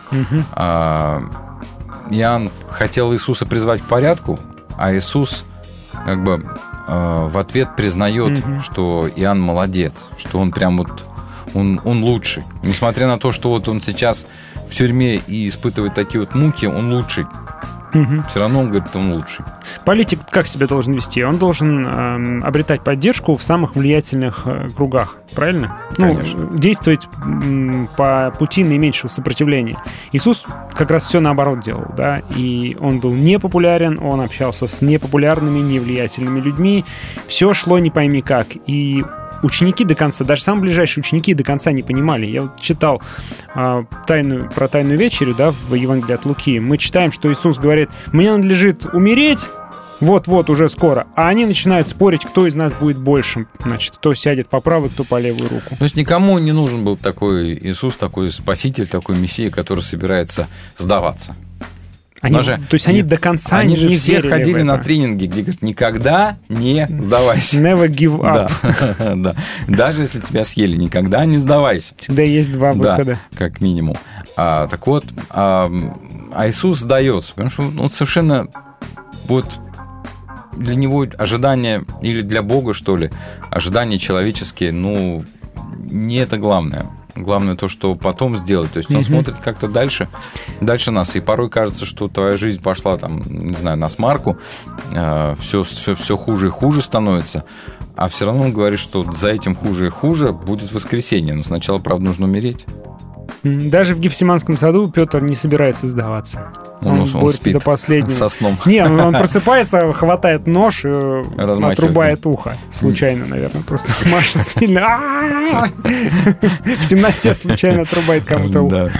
Иоанн хотел Иисуса призвать к порядку, а Иисус как бы в ответ признает, что Иоанн молодец, что он прям вот он лучший. Несмотря на то, что вот он сейчас в тюрьме и испытывает такие вот муки, он лучший. Все равно он говорит, он лучший. Политик как себя должен вести? Он должен обретать поддержку в самых влиятельных кругах, правильно? Конечно. Ну, действовать по пути наименьшего сопротивления. Иисус как раз все наоборот делал, да, и он был непопулярен, он общался с непопулярными, невлиятельными людьми, все шло не пойми как, и ученики до конца, даже самые ближайшие ученики до конца не понимали. Я вот читал про Тайную вечерю, да, в Евангелии от Луки. Мы читаем, что Иисус говорит: мне надлежит умереть, вот-вот уже скоро. А они начинают спорить, кто из нас будет большим. Значит, кто сядет по правой, кто по левую руку. То есть никому не нужен был такой Иисус, такой Спаситель, такой Мессия, который собирается сдаваться. Они до конца они не же все верили ходили на тренинги, где говорят: никогда не сдавайся. Never give up. Да. Даже если тебя съели, никогда не сдавайся. Всегда есть два выхода. Да, как минимум. Так вот, Иисус сдается, потому что он совершенно вот для него ожидания, или для Бога, что ли, ожидания человеческие, ну, не это главное. Главное то, что потом сделать. То есть он смотрит как-то дальше нас. И порой кажется, что твоя жизнь пошла там, не знаю, на смарку, все хуже и хуже становится. А все равно он говорит, что за этим хуже и хуже будет воскресенье. Но сначала, правда, нужно умереть. Даже в Гефсиманском саду Петр не собирается сдаваться. Он спит до последнего. Со сном. Не, он просыпается, хватает нож и отрубает ухо. Случайно, наверное, просто машет сильно. В темноте случайно отрубает кому-то ухо.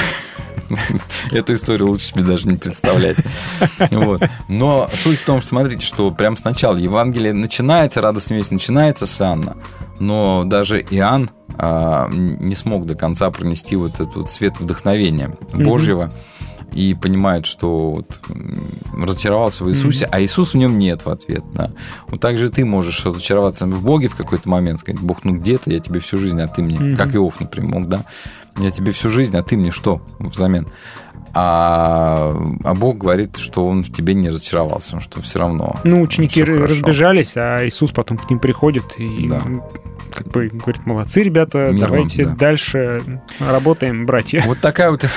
Эту историю лучше себе даже не представлять. Вот. Но суть в том, что смотрите, что прямо сначала Евангелие начинается, радостная весть начинается с Иоанна, но даже Иоанн не смог до конца пронести вот этот вот свет вдохновения Божьего и понимает, что вот разочаровался в Иисусе, а Иисус в нем нет в ответ. Да. Вот так же ты можешь разочароваться в Боге в какой-то момент, сказать: Бог, ну где-то я тебе всю жизнь, а ты мне, как Иов, например, мог, да, я тебе всю жизнь, а ты мне что взамен? А Бог говорит, что он в тебе не разочаровался, что все равно. Ну, ученики разбежались, а Иисус потом к ним приходит и как бы говорит: молодцы, ребята, мир давайте вам, дальше работаем, братья. Вот такая вот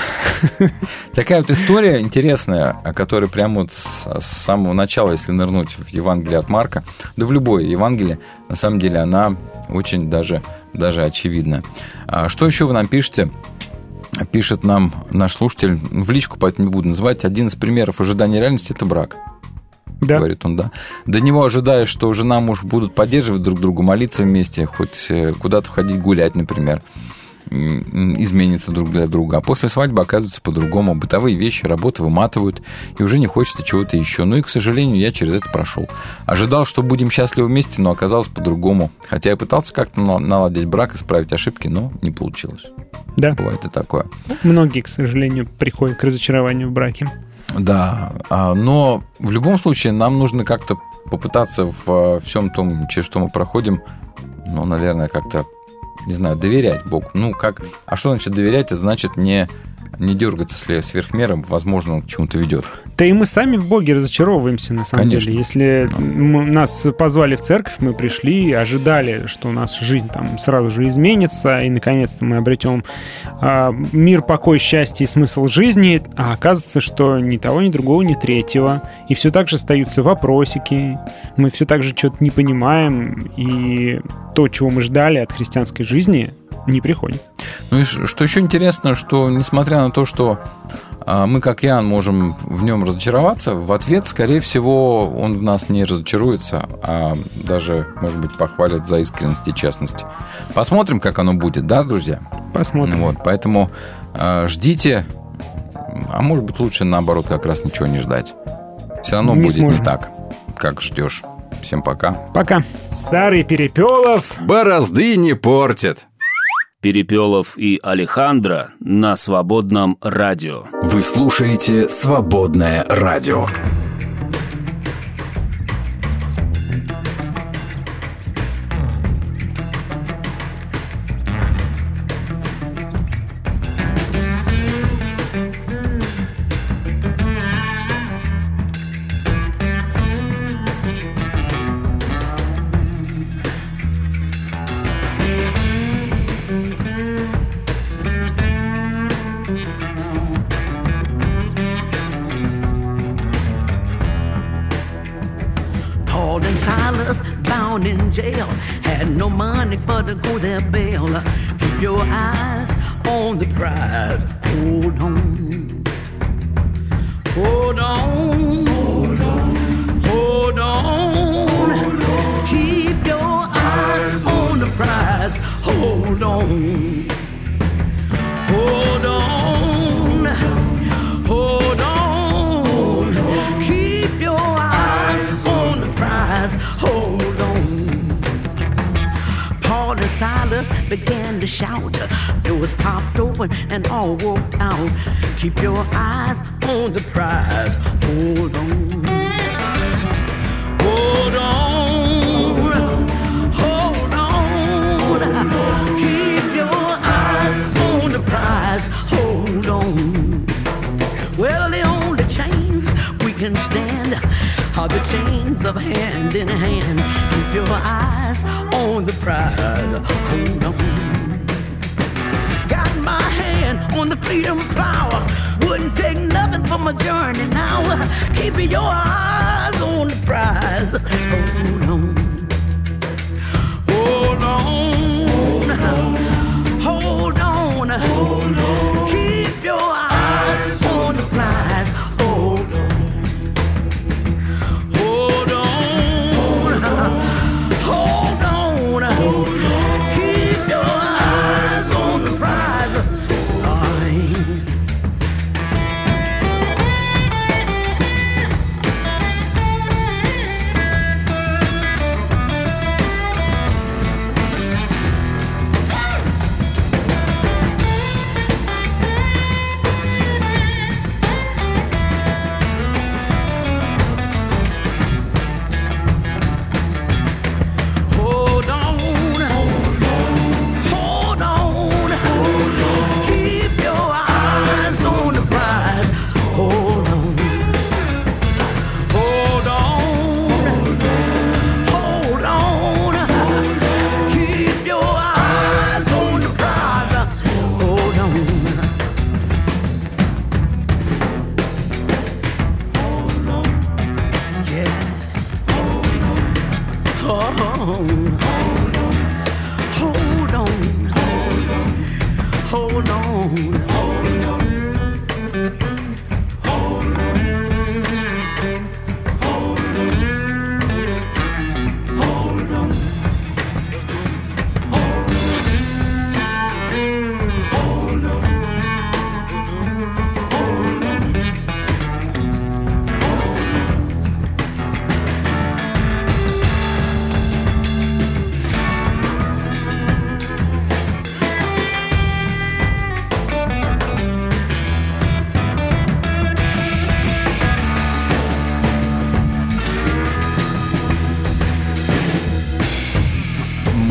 история интересная, о которой прямо вот с самого начала, если нырнуть в Евангелие от Марка, да в любое Евангелие, на самом деле она очень даже очевидна. Что еще вы нам пишете? Пишет нам наш слушатель, в личку, поэтому не буду называть, один из примеров ожидания реальности – это брак. Да. Говорит он, да. До него ожидаешь, что жена, муж будут поддерживать друг друга, молиться вместе, хоть куда-то ходить гулять, например, измениться друг для друга. А после свадьбы оказывается по-другому. Бытовые вещи, работа выматывают, и уже не хочется чего-то еще. Ну и, к сожалению, я через это прошел. Ожидал, что будем счастливы вместе, но оказалось по-другому. Хотя я пытался как-то наладить брак, исправить ошибки, но не получилось. Да. Бывает и такое. Многие, к сожалению, приходят к разочарованию в браке. Да, но в любом случае нам нужно как-то попытаться во всем том, через что мы проходим, ну, наверное, как-то, не знаю, доверять Богу. Ну, как... А что значит доверять? Это значит не дергаться сверх меры, возможно, он к чему-то ведет. Да и мы сами в Боге разочаровываемся, на самом деле. Если нас позвали в церковь, мы пришли, ожидали, что наша жизнь там сразу же изменится, и наконец-то мы обретем мир, покой, счастье и смысл жизни, а оказывается, что ни того, ни другого, ни третьего. И все так же остаются вопросики, мы все так же что-то не понимаем, и то, чего мы ждали от христианской жизни, не приходит. Ну и что еще интересно, что несмотря на то, что мы, как Иоанн, можем в нем разочароваться, в ответ, скорее всего, он в нас не разочаруется, а даже, может быть, похвалит за искренность и честность. Посмотрим, как оно будет, да, друзья? Посмотрим. Вот, поэтому ждите, а может быть, лучше, наоборот, как раз ничего не ждать. Все равно будет не так, как ждешь. Всем пока. Пока. Старый Перепелов борозды не портит. Перепелов и Алехандро на Свободном радио. Вы слушаете Свободное радио. Jail, had no money for to go their bail. Keep your eyes on the prize. Hold on, hold on, hold on, hold on. Keep your eyes on the prize. Hold on, hold on, hold on. Keep your eyes on the prize. Hold on. Paul and Silas began to shout. Doors popped open and all walked out. Keep your eyes on the prize. Hold on. Hold on. Hold on. Keep your eyes on the prize. Hold on. Well, the only chains we can stand are the chains of hand in hand. Keep your eyes on the prize. Hold on. Got my hand on the freedom power. Wouldn't take nothing for my journey now. Keep your eyes on the prize. Hold on. Hold on. Hold on. Hold on. Keep your eyes on the prize. Hold on. Keep your eyes on the prize.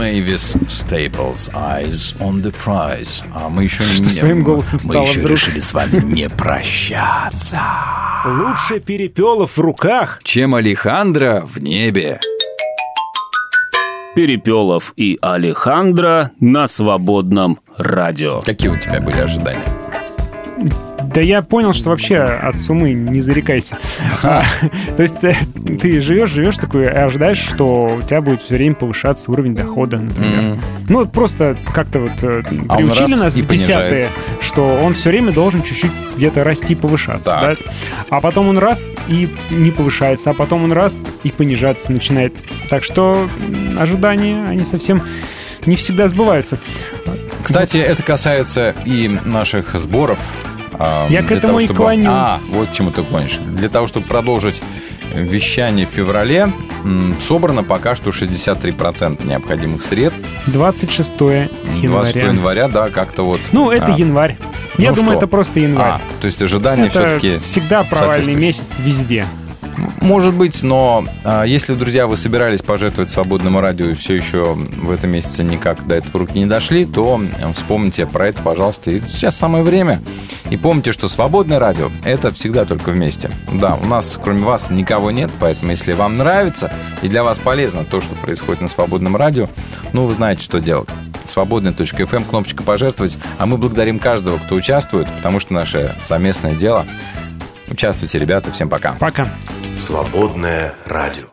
Mavis Staples, Eyes on the Prize. А мы еще Что своим голосом стало мы еще вдруг? решили с вами не прощаться. Лучше Перепелов в руках, чем Алехандро в небе. Перепелов и Алехандро на свободном радио. Какие у тебя были ожидания? Да я понял, что вообще от суммы не зарекайся. То есть ты живешь такой, и ожидаешь, что у тебя будет все время повышаться уровень дохода, например. Ну, просто как-то вот приучили нас в десятые, что он все время должен чуть-чуть где-то расти, повышаться. Да? А потом он раз и не повышается, а потом он раз и понижаться начинает. Так что ожидания, они совсем не всегда сбываются. Кстати, это касается и наших сборов. Я к этому и клоню. Вот к чему ты клонишь. Для того, чтобы продолжить вещание в феврале, собрано пока что 63% необходимых средств. 26 января. 26 января, да, как-то вот. Ну, это январь. Я думаю, это просто январь. То есть ожидания все-таки... всегда провальный месяц везде. Может быть, но если, друзья, вы собирались пожертвовать свободному радио и все еще в этом месяце никак до этого руки не дошли, то вспомните про это, пожалуйста. И сейчас самое время. И помните, что свободное радио – это всегда только вместе. Да, у нас, кроме вас, никого нет, поэтому если вам нравится и для вас полезно то, что происходит на свободном радио, ну, вы знаете, что делать. Свободный.fm, кнопочка «Пожертвовать». А мы благодарим каждого, кто участвует, потому что наше совместное дело. Участвуйте, ребята. Всем пока. Пока. Свободное радио.